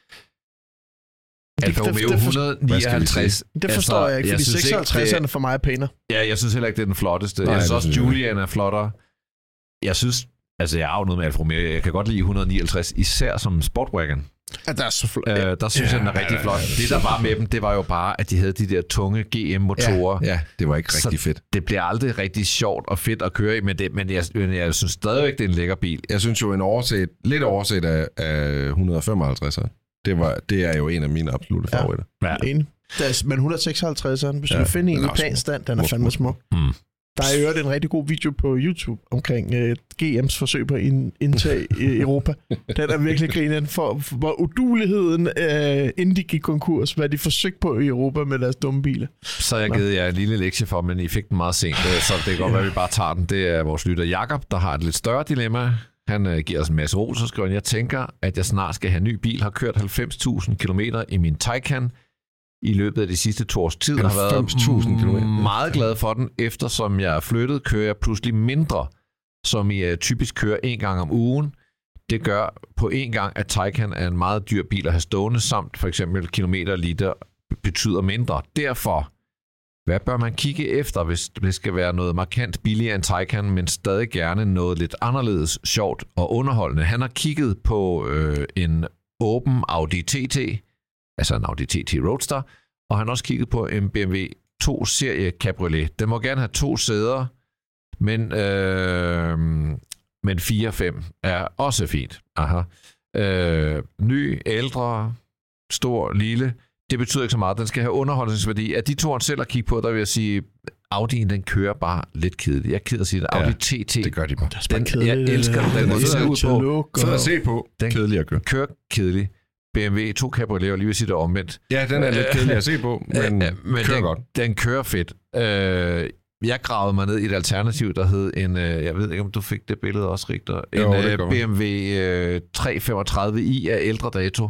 Alfa Romeo et hundrede nioghalvtreds. Det forstår altså, jeg ikke, fordi seksoghalvtredserne for mig er pænere. Ja, jeg synes heller ikke, det er den flotteste. Nej, jeg synes også, synes Julian er flottere. Jeg synes, altså jeg har jo noget med Alfa Romeo. Jeg kan godt lide et hundrede nioghalvtreds, især som sportwagon. Ja, der er så flot. Øh, der synes ja, jeg, den er rigtig flot. Det, der var med dem, det var jo bare, at de havde de der tunge G M-motorer. Ja, ja, det var ikke rigtig så fedt. Det bliver aldrig rigtig sjovt og fedt at køre i, men, det, men jeg, jeg synes stadigvæk, det er en lækker bil. Jeg synes jo, en overset, lidt overset af, af et hundrede femoghalvtreds. Det, var, det er jo en af mine absolutte ja. favoritter. Ja, enig. Er, men et hundrede seksoghalvtreds, hvis du ja, vil finde en i planstand, den er fandme smuk. Mm. Der er jo en rigtig god video på YouTube omkring uh, G M's forsøg på at indtage i Europa. Den er virkelig grinen for, hvor uduligheden, uh, inden de gik konkurs, hvad de forsøgte på i Europa med deres dumme biler. Så jeg givet jer en lille lektie for, men I fik den meget sent, så det kan godt være, at vi bare tager den. Det er vores lytter Jakob, der har et lidt større dilemma. Han uh, giver os en masse ros og skriver, jeg tænker, at jeg snart skal have en ny bil. Har kørt halvfems tusind kilometer i min Taycan i løbet af de sidste to års tid. Har været meget glad for den. Eftersom jeg er flyttet, kører jeg pludselig mindre, som I uh, typisk kører en gang om ugen. Det gør på en gang, at Taycan er en meget dyr bil at have stående, samt for eksempel kilometer liter betyder mindre. Derfor, hvad bør man kigge efter, hvis det skal være noget markant billigere end Taycan, men stadig gerne noget lidt anderledes, sjovt og underholdende? Han har kigget på øh, en åben Audi T T, altså en Audi T T Roadster, og han har også kigget på en B M W to serie Cabriolet. Den må gerne have to sæder, men, øh, men fire fem er også fint. Aha. Øh, ny, ældre, stor, lille. Det betyder ikke så meget. Den skal have underholdningsværdi. Af de to, han selv har kigget på, der vil jeg sige, Audi'en, den kører bare lidt kedeligt. Jeg er ked at sige det. Audi ja, T T. Det gør de bare. Den, jeg elsker den. Den er ud på. Fed at se på. Den kedelig at køre. Kører kedeligt. B M W to Cabriolet, og lige vil sige det omvendt. Ja, den er lidt kedelig at se på, men, men kører den, godt. Den kører fedt. Øh, jeg gravede mig ned i et alternativ, der hed en, øh, jeg ved ikke, om du fik det billede også, Rigter, en jo, øh, B M W øh, tre femogtredive i af ældre dato.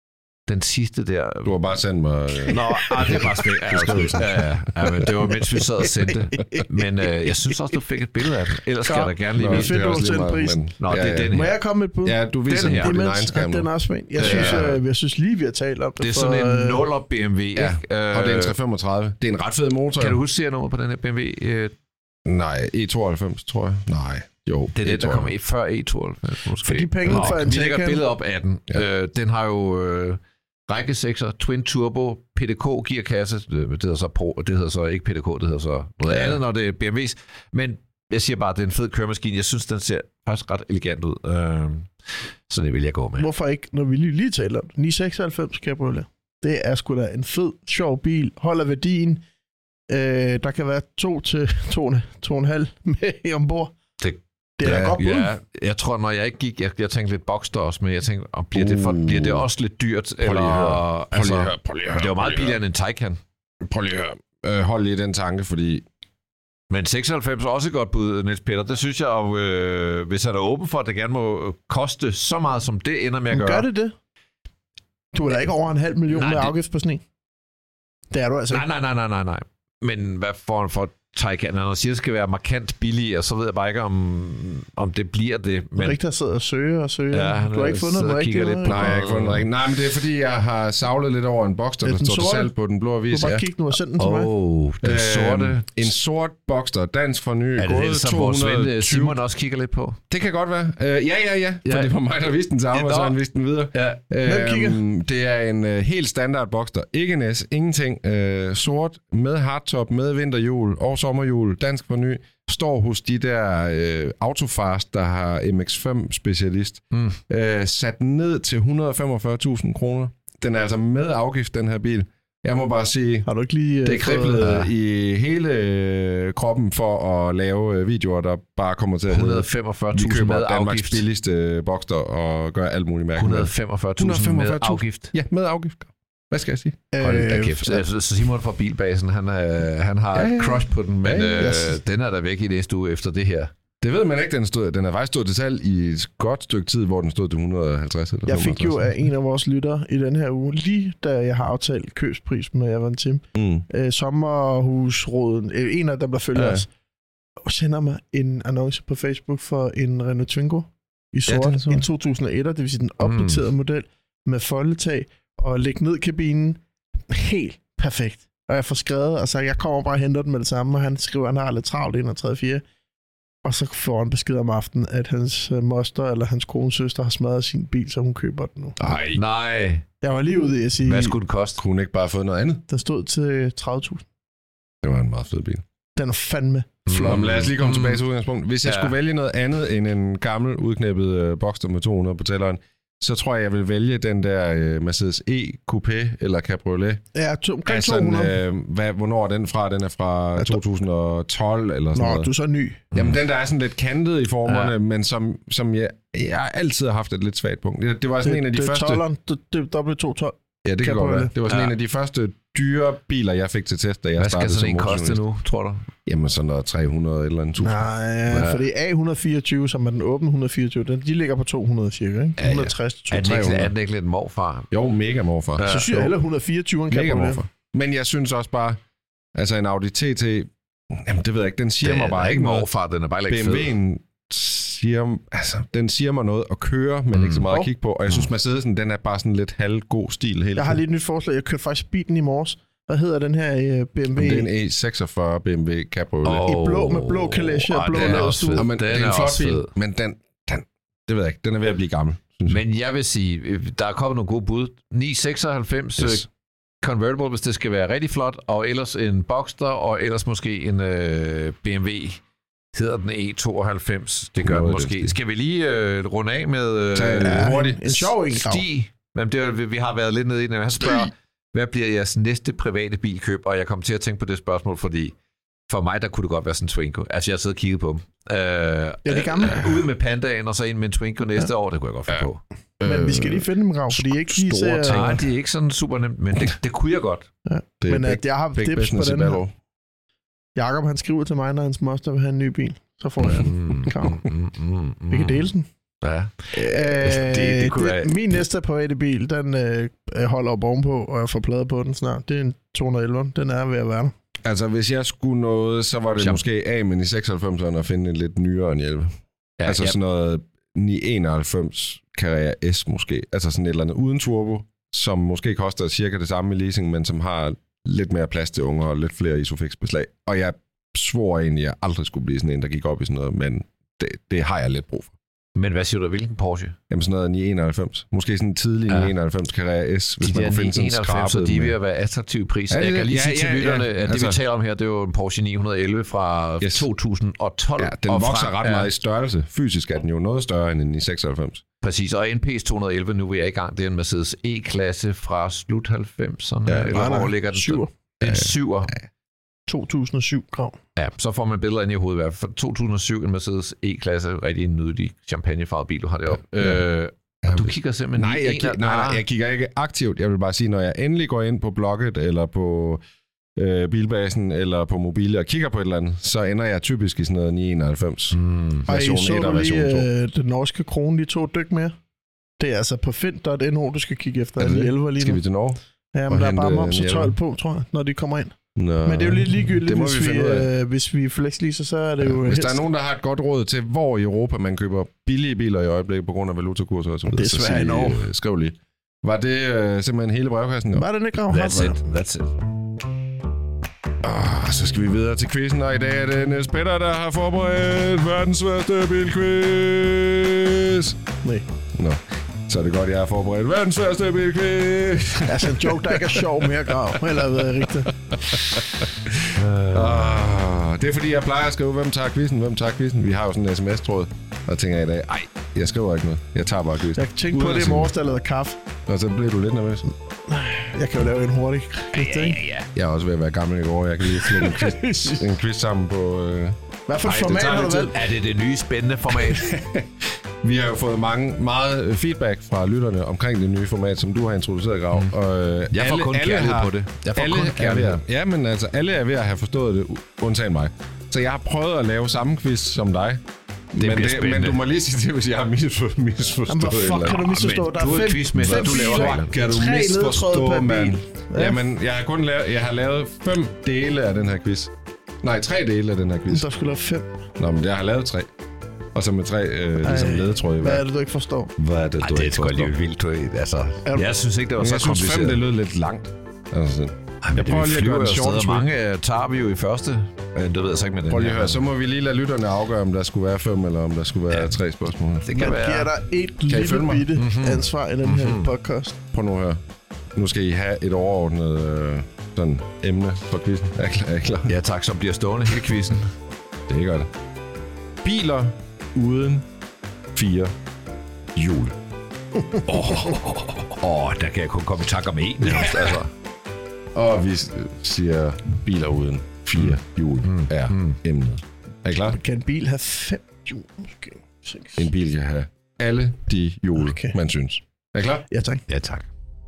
Den sidste der... Du har bare sendt mig... Nå, ah, det er bare spændt. Ja, ja, ja, men det var mens vi sad og sendte. Men øh, jeg synes også, du fik et billede af den. Ellers skal der gerne lige vise det. Fedt, du har prisen. Nå, ja, ja. Det er den her. Må jeg komme med et bud? Ja, du viser den, her. på din egen skærm. Den er også fint. Jeg synes, ja. jeg, jeg synes lige, vi har talt om det. Det er for, sådan en nuller B M W. Ja, og det er en tre femogtredive. Det er en ret fed motor. Kan du huske serienummeret på den her B M W? Øh... Nej, E tooghalvfems, tror jeg. Nej. Jo, det er det, der kommer i før E tooghalvfems, måske. For de penge for en Vi lægger et billede op af den. Ja. Øh, den har jo... Øh, række sekser, Twin Turbo, P D K gearkasse, det hedder så Pro, det hedder så ikke P D K, det hedder så noget ja. andet, når det er B M W's. Men jeg siger bare, at det er en fed køremaskine. Jeg synes, den ser faktisk ret elegant ud. Uh, så det vil jeg gå med. Hvorfor ikke, når vi lige, lige taler om det? ni seksoghalvfems Cabriolet. Det er sgu da en fed, sjov bil. Holder værdien. Uh, der kan være to til to, to og en halv med ombord. Det Det er ja, godt bud. Ja, jeg tror, når jeg ikke gik, jeg, jeg tænkte lidt Boxster også, men jeg tænkte, og bliver, uh, det for, bliver det også lidt dyrt? Prøv lige at høre. Altså, det var meget billigere end en Taycan. Prøv lige at høre. Øh, hold lige den tanke, fordi... Men seksoghalvfems er også et godt bud, Niels Peter. Det synes jeg, og, øh, hvis han er åben for, at det gerne må koste så meget, som det ender med at men gøre. Gør det det? Du er da ikke over en halv million nej, med det... afgift på sne. Det er du altså nej, nej, nej, nej, nej, nej. Men hvad får han for Taycan, når jeg siger, at det skal være markant billigere, så ved jeg bare ikke, om, om det bliver det. Men... Rigtig har siddet og søger og søger. Ja, du har ikke fundet den rigtige? Lidt på... Nej, jeg har ikke fundet den rigtige. Nej, men det er fordi, jeg har savlet lidt over en Boxster, der står til salg på den blå avis. Du bare kigge nu og sende den til mig. Åh, den sorte. Øhm, en sort Boxster, dansk for ny. Er det det, som vores ven Simon også kigger lidt på? Det kan godt være. Uh, ja, ja, ja. For ja. det var mig, der viste den til ham, og så han viste den videre. Ja. Øhm, det er en uh, helt standard Boxster. Ikke en S, ingenting. Uh, sort, med hardtop, med vinterhjul og sommerhjul. Dansk for ny. Står hos de der uh, Autofast, der har M X fem specialist. Mm. Uh, sat ned til et hundrede og femogfyrre tusind kroner. Den er altså med afgift, den her bil. Jeg må bare sige, har du ikke lige, uh, det er kriblet ja. i hele øh, kroppen for at lave øh, videoer, der bare kommer til at et hundrede og femogfyrre tusind med Danmarks afgift. billigste Boxster og gør alt muligt mærkeligt. et hundrede og femogfyrre tusind med afgift? Ja, med afgift. Hvad skal jeg sige? Hold da kæft. Altså, så Simon fra Bilbasen, han, øh, han har ja, ja. et crush på den, men ja, ja. Øh, den er der væk i næste uge efter det her. Det ved man ikke, den stod. Den er faktisk stået til salg i et godt stykke tid, hvor den stod til et hundrede og halvtreds eller jeg fik jo af en af vores lyttere i den her uge, lige da jeg har aftalt købspris med Evan Tim, mm. øh, sommerhusråden, øh, en af dem, der følger ja. os, og sender mig en annonce på Facebook for en Renault Twingo i sort, ja, en to tusind og et, det vil sige den opdaterede mm. model med foldetag og lægge ned kabinen. Helt perfekt. Og jeg får skrevet og sagt, jeg kommer bare og henter den med det samme, og han skriver, at han har lidt travlt enogtredive fire. Og så får han besked om aftenen, at hans moster eller hans kones søster har smadret sin bil, så hun køber den nu. Nej. Nej. Jeg var lige ude i at sige... Hvad skulle den koste? Kunne hun ikke bare få noget andet? Den stod til tredive tusind. Det var en meget fed bil. Den er fandme flot. Mm. Lad os lige komme tilbage til udgangspunkt. Hvis jeg ja. skulle vælge noget andet end en gammel, udknæppet uh, Boxster med to hundrede på tælleren, så tror jeg, jeg vil vælge den der uh, Mercedes E-Coupé eller Cabriolet. Ja, to, omkring altså, to hundrede. Uh, hvad, hvornår er den fra? Den er fra ja, to tusind og tolv eller sådan Nå, noget. du er så ny. Jamen, den der er sådan lidt kantet i formerne, ja. men som, som jeg, jeg altid har haft et lidt svagt punkt. Det, det var sådan det, en af de det første... tolleren, det, det er W to tolv. Ja, det kan godt være. Det var sådan ja. en af de første dyre biler, jeg fik til test, da jeg Hvad startede som motorjournalist. Hvad skal sådan en koste nu, tror du? Jamen sådan noget tre hundrede eller andet tusind. Nej, ja, for det er A et hundrede og fireogtyve, som er den åbne et hundrede og fireogtyve. Den, de ligger på to hundrede cirka, ikke? et hundrede og tres til to hundrede. Er den ikke, er den ikke lidt morfar? Jo, mega morfar. Ja. Så synes jeg heller et hundrede og fireogtyve en mega morfar. Men jeg synes også bare, altså en Audi T T, jamen det ved jeg ikke, den siger det mig bare ikke noget. Morfar, den er bare ikke B M W'en siger, altså, den siger mig noget at køre, men mm. ikke så meget at kigge på. Og jeg synes, Mercedesen, den er bare sådan lidt halvgod stil. Hele jeg har lige et nyt forslag. Jeg kørte faktisk bilen i morges. Hvad hedder den her B M W? Det er en E seksogfyrre B M W Cabriolet. Oh, I blå med blå kalesje og blå læderstue. Ja, men den er en flot bil, men den, den, det ved jeg ikke, den er ved at blive gammel. Men jeg vil sige, der er kommet nogle gode bud. ni seksoghalvfems yes. Convertible, hvis det skal være rigtig flot, og ellers en Boxster, og ellers måske en øh, B M W. Hedder den E tooghalvfems. Det gør den måske. Skal vi lige øh, runde af med øh, ja, hurtigt. En, en sjov en. Stig. Men det, vi har været lidt nede i, når jeg spørger, hvad bliver jeres næste private bilkøb? Og jeg kom til at tænke på det spørgsmål, fordi for mig, der kunne det godt være sådan en Twingo. Altså, jeg har siddet og kigget på dem. Øh, ja, det er gamle. Øh, ude med Pandaen, og så ind med en Twingo næste ja. år, det kunne jeg godt finde ja. på. Men vi skal lige finde dem, Grav, fordi de er ikke lige store ting. Nej, de er ikke sådan super nemt, men det, det kunne jeg godt. Ja. Men at jeg har dips på den her. Jakob, han skriver til mig, når hans moster vil have en ny bil. Så får jeg den. Mm, mm, mm, mm. Vi kan dele den. Ja. Øh, det, det kunne det, være... Min næste private bil, den øh, holder op ovenpå, og jeg får plader på den snart. Det er en to hundrede og elleve. Den er ved at være der. Altså, hvis jeg skulle noget, så var det Jam. måske A, men i seksoghalvfemserne at finde en lidt nyere end elleve. Ja, altså ja. sådan noget ni enoghalvfems Carrera S måske. Altså sådan et eller andet uden turbo, som måske koster cirka det samme i leasing, men som har lidt mere plads til unger og lidt flere Isofix-beslag. Og jeg svor egentlig, at jeg aldrig skulle blive sådan en, der gik op i sådan noget, men det, det har jeg lidt brug for. Men hvad siger du, hvilken Porsche? Jamen sådan noget ni enoghalvfems. Måske sådan en tidlig ja. ni enoghalvfems Carrera S, hvis de man kunne finde sådan en skrabet. Så de er ved at være attraktive priser. Ja, jeg kan lige ja, sige til ja, lytterne, ja, ja. at det altså, vi taler om her, det er jo en Porsche ni elleve fra yes. to tusind og tolv. Ja, den og vokser frem, ret meget ja. i størrelse. Fysisk er den jo noget større end en i seksoghalvfems. Præcis, og N P's to elleve, nu er jeg i gang, det er en Mercedes E-klasse fra slut halvfemserne. Ja, eller hvor ligger den? Syver. Det er en syver. Ja. to tusind og syv Grav. Ja, så får man billeder ind i hovedet. For to tusind og syv, en Mercedes E-klasse, rigtig nydelig champagnefarvet bil, du har det op. Ja. Øh, og du kigger simpelthen... Nej, jeg, kig, nej, nej, jeg kigger ikke aktivt. Jeg vil bare sige, når jeg endelig går ind på Blocket, eller på øh, Bilbasen, eller på Mobile, og kigger på et eller andet, så ender jeg typisk i sådan noget ni enoghalvfems. Mm. Version et og version to. Øh, den norske krone, de to dyk mere. Det er altså på find punktum n o, du skal kigge efter. Er det elleve lige nu. Skal vi til Norge? Ja, men der er bare moms og tolv på, tror jeg, når de kommer ind. Nå, Men det er jo lidt ligegyldigt, det må hvis vi vi, finde ud af. øh, hvis vi flexleaser, så er det jo... Hvis helst. der er nogen, der har et godt råd til, hvor i Europa man køber billige biler i øjeblikket på grund af valutakurser og så videre, Det er så svært i sig, Norge. øh, skriv lige. Var det øh, simpelthen hele brevkassen? Var det ikke grav? That's it. That's it. Oh, så skal vi videre til quizzen, og i dag er det Niels Peter, der har forberedt verdens sværeste bilquiz. Nej. Nå, så er det godt, jeg har forberedt verdens sværeste bilquiz. Altså en joke, der ikke er sjov mere grav. Eller hvad er rigtigt? Oh, det er fordi, jeg plejer at skrive, hvem tager quizzen, hvem tager quizzen. Vi har jo sådan en sms-tråd, og tænker jeg i dag, ej, jeg skriver ikke noget. Jeg tager bare quizzen. Jeg tænkte på det i morges, der lavede kaffe. Og så bliver du lidt nervøs. Jeg kan jo lave en hurtig quiz, ikke? Jeg er også ved at være gammel i går. Jeg kan lige flække en quiz, en quiz sammen på... Øh... Hvad for et Ej, det format tager har lidt du tid. valgt? Er det det nye spændende format? Vi har jo fået mange, meget feedback fra lytterne omkring det nye format, som du har introduceret, Grav. Mm. Og, øh, Jeg får kun kærlighed på det. Jeg får alle kun er ved kærlighed. at, ja, men altså, alle er ved at have forstået det, u- undtagen mig. Så jeg har prøvet at lave samme quiz som dig. Det men, bliver det, men spændende. du må lige sige det, hvis jeg har misforstået. misforstået Jamen, hvor fuck kan du misforstå? men Der du er er fem, quizmester, fem du laver biler, regler. Kan du tre ledetråde misforstå, per mand? bil. Ja. Jamen, jeg har kun lavet, jeg har lavet fem dele af den her quiz. Nej, tre dele af den her quiz. Der skulle være fem. Nå, men jeg har lavet tre. Og så med tre øh, ligesom Ej, ledetråd i Hvad hver. er det, du ikke forstår? Hvad er det, Ej, du det er ikke sgu forstår? alligevel vildt, du ikke? Altså, Er du- jeg synes ikke, det var Men så jeg synes fem, kompliceret. det lød lidt langt. Altså, Ej, men Jeg det, prøver vi lige at flyver gøre jo den short afsted. and Mange øh, tager vi jo i første. Men det ved jeg så ikke med den prøv lige her. at høre, så må vi lige lade lytterne afgøre, om der skulle være fem, eller om der skulle være Ja. tre spørgsmål. Det kan Man være... giver dig et følge lille mig? bitte Mhm. ansvar i den her Mhm. podcast. Prøv nu at høre. Nu skal I have et overordnet øh, sådan emne for quizzen. Er I klar? Er I klar? Ja tak, som bliver stående hele quizzen. Det er godt. Biler uden fire hjul. Åh, oh, oh, der kan jeg kun komme i tanke om en. nærmest, Altså. Og vi s- siger, biler uden fire hjul Mm. er Mm. emnet. Er I klar? Kan en bil have fem hjul? Måske seks. En bil kan have alle de hjul, Okay. man synes. Er I klar? Ja, tak. Ja tak.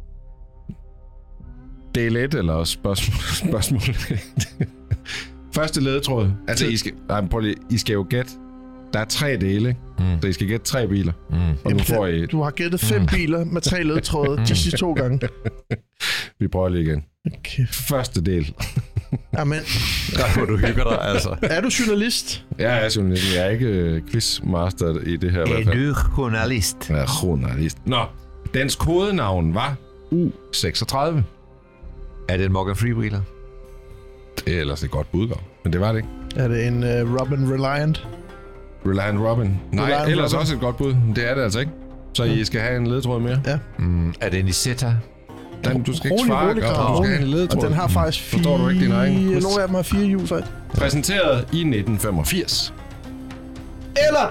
Del et eller spørgsmål? spørgsmål. Første ledetråd. Altså, I skal, nej, prøv lige, I skal jo gætte. Der er tre dele, ikke? Mm. Så I skal gætte tre biler. Mm. Og nu Jamen, får I... Du har gættet fem biler med tre ledtråde de sidste to gange. Vi prøver lige igen. Okay. Første del. Amen. Der hvor du hygger dig, altså. Er du journalist? Jeg er journalist. Jeg er ikke øh, quizmaster i det her. i hvert fald. du journalist? Jeg er journalist. Nå, dens kodenavn var U seksogtredive. Er det en Morgan Freewheeler? Det er ellers et godt budgav, men det var det ikke. Er det en uh, Robin Reliant? Reliant Robin. Nej, Reliant ellers Robin. også et godt bud. Men det er det altså ikke. Så I skal have en ledetråd mere. Ja. Mm. Er det en Isetta? Den, du skal ikke Rolig, svare, rolig, Grav. Grav, Du skal have en rolig. ledetråd. Og den har faktisk fire... Forstår du ikke din egen quiz? Nogle af dem har fire hjul, faktisk. Præsenteret i nitten femogfirs. Eller...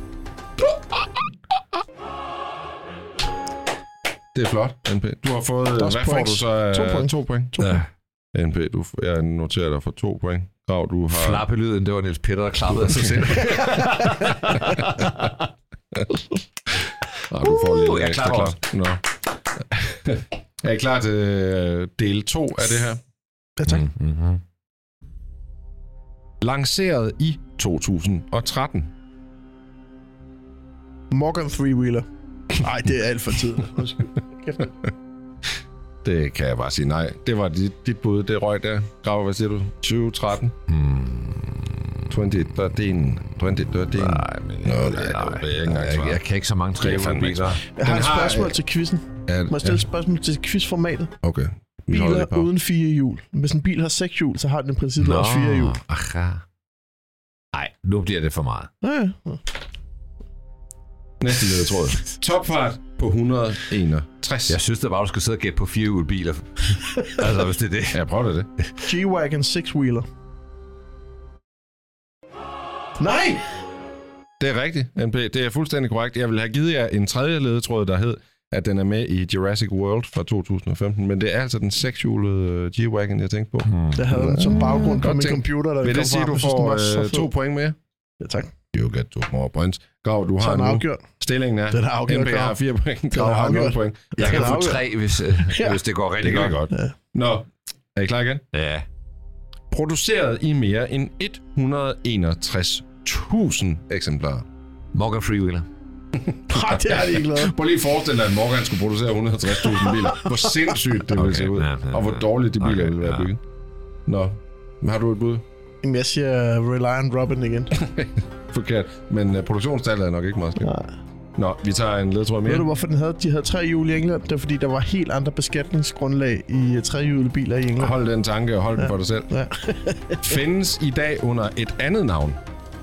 Det er flot, N P. Du har fået... Der er Hvad også får points. du så? To point. To point. To Ja. N P, du, jeg noterer dig for to point. Grav, du har... Flappelyden, det var Niels Peter, der klappede af sig selv. Og du får lige Uh, uh, jeg er ekstra klar klar. Nå. Er I klar til øh, del to af det her? Ja, tak. Mm-hmm. Lanceret i to tusind og tretten. Morgan Three-wheeler. Nej, det er alt for tid. Det kan jeg bare sige nej. Det var dit, dit bud, det røg der. Grav, hvad siger du? tyve tretten? Mm. tyve tretten? tyve tretten? Nej, men... Nå, nej, det var jeg ikke engang jeg, svare. jeg kan ikke så mange Det er fandme trehjulede ikke biler. Jeg har Den et har, spørgsmål øh, til quizzen. Ja, Må jeg stille et spørgsmål til quizformatet? Okay. Vi holder Biler lidt på. uden fire hjul. Hvis en bil har seks hjul, så har den i princippet også fire hjul. Aha. Nej, nu bliver det for meget. Ja, ja. Næste ledetråd. Topfart på et hundrede og enogtres. Jeg synes da bare, du skal sidde og gætte på firehjulede biler. Altså, hvis det er det. Ja, prøv det. G-Wagon six-wheeler. Nej! Det er rigtigt, N P. Det er fuldstændig korrekt. Jeg vil have givet jer en tredje ledetråd, der hed, at den er med i Jurassic World fra to tusind og femten. Men det er altså den sekshjulede G-Wagon, jeg tænkte på. Hmm. Jeg havde den som baggrund på Godt min tænkt. computer, der Vil kom det sige, frem. du Jeg synes, den var får så øh, fed. to point mere? Ja, tak. You get two more points. Grav, du Så har er den nu... afgjort. Stillingen er... Den er afgjort, N P Grav. har fire point. er Grav har nul afgjort. point. Jeg kan Den er få afgjort. tre, hvis, øh, Ja. hvis det går Det rigtig kan vi godt. godt. Ja. Nå, er I klar igen? Ja. Produceret i mere end et hundrede og enogtres tusind eksemplarer. Morgan Freewheeler. Nej, det er de ikke lavet. Prøv lige at forestille dig, at Morgan skulle producere et hundrede og halvtreds tusind biler. Hvor sindssygt det ville Okay, se ud. ja, ja, Og hvor ja. dårligt de biler Okay, ville være ja. bygget. Nå, har du et bud? Jamen, jeg siger Rely on Robin igen. Forkert, men uh, produktionstallet er nok ikke meget skæmt. Nej. Nå, vi tager en ledtråd mere. Ved du, hvorfor den havde? De havde tre hjul i England. Det var, fordi der var helt andre beskatningsgrundlag i uh, trehjulede biler i England. Hold den tanke og hold ja. den for dig selv. Ja. Findes i dag under et andet navn.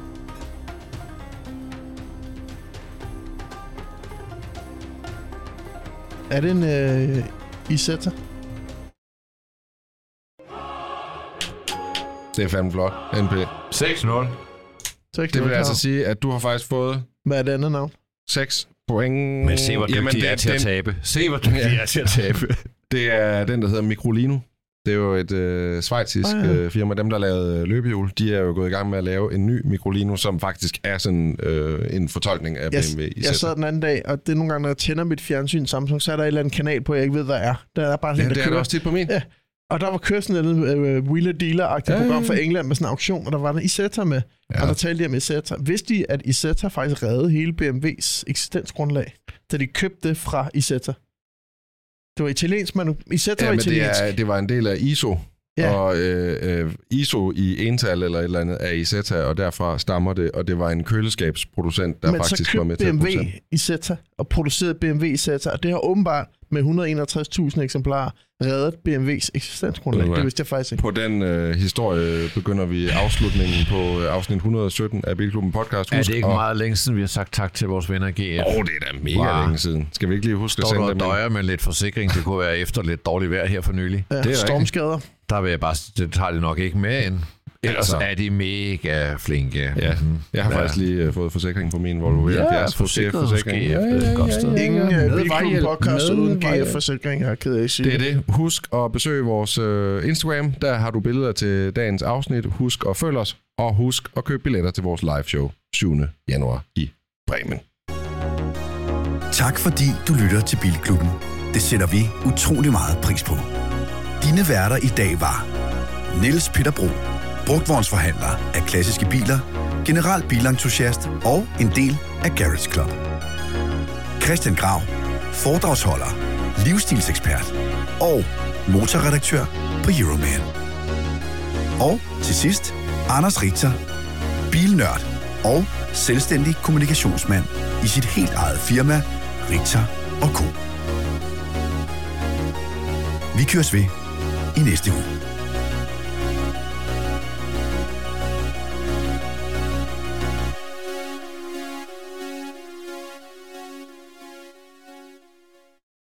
Er det en uh, Isetta? Det er fandme flot. N P. seks nul. Det vil altså sige, at du har faktisk fået... Hvad er det andet navn? seks point. Men se, hvor dygtig jeg er til at tabe. Se, hvor dygtig jeg er til at tabe. Det er den, der hedder Microlino. Det er jo et øh, schweizisk ah, ja. øh, firma. Dem, der lavede løbehjul, de er jo gået i gang med at lave en ny Microlino, som faktisk er sådan øh, en fortolkning af B M W. Jeg, jeg sad den anden dag, og det er nogle gange, når jeg tænder mit fjernsyn Samsung, så er der et eller andet kanal på, jeg ikke ved, hvad er. Der er bare sådan, ja, der det kører. er også tit på min. Ja. Og der var kørt sådan et uh, wheeler-dealer-agtigt ja, program for England med sådan en auktion, og der var der Isetta med. Ja. Og der talte de om Isetta. Vidste de, at Isetta faktisk reddede hele B M W's eksistensgrundlag, da de købte det fra Isetta? Det var italiensk, men Isetta ja, var men italiensk. Det, er, det var en del af I S O. Ja. Og øh, øh, I S O i ental eller et eller andet er Isetta, og derfra stammer det, og det var en køleskabsproducent, der men faktisk var med til at producere. producere. Men så købte B M W Isetta og producerede B M W Isetta, og det har åbenbart med et hundrede og enogtres tusind eksemplarer reddet B M W's eksistensgrundlag. Okay. Det vidste jeg faktisk ikke. På den øh, historie begynder vi afslutningen på øh, afsnit et hundrede og sytten af Bilklubben podcast. Husk, er det ikke og... meget længe siden, vi har sagt tak til vores venner G F? Åh, oh, det er da mega wow. længe siden. Skal vi ikke lige huske Står at sende der dem? Står du og døjer med lidt forsikring? Det kunne være efter lidt dårligt vejr her for nylig. Ja, det er stormskader. Rigtigt. Der vil jeg bare, det tager det nok ikke med ind. Ellers altså, er de mega flinke. Ja, jeg har ja. faktisk lige uh, fået forsikring på min Volvo. Ja, forsikret hos G F. Det er et godt sted. Ingen Bilklubben podcast uden G F-forsikring. Jeg er ked af at sige det. er det. Husk at besøge vores uh, Instagram. Der har du billeder til dagens afsnit. Husk at følge os. Og husk at købe billetter til vores live show syvende januar i Bremen. Tak fordi du lytter til Bilklubben. Det sætter vi utrolig meget pris på. Dine værter i dag var Niels Peter Bro, brugtvognsforhandler af klassiske biler, general bilentusiast og en del af Garage Club. Christian Grav, foredragsholder, livsstilsekspert og motorredaktør på Euroman. Og til sidst, Anders Richter, bilnørd og selvstændig kommunikationsmand i sit helt eget firma, Richter og Co. Vi køres ved i næste uge.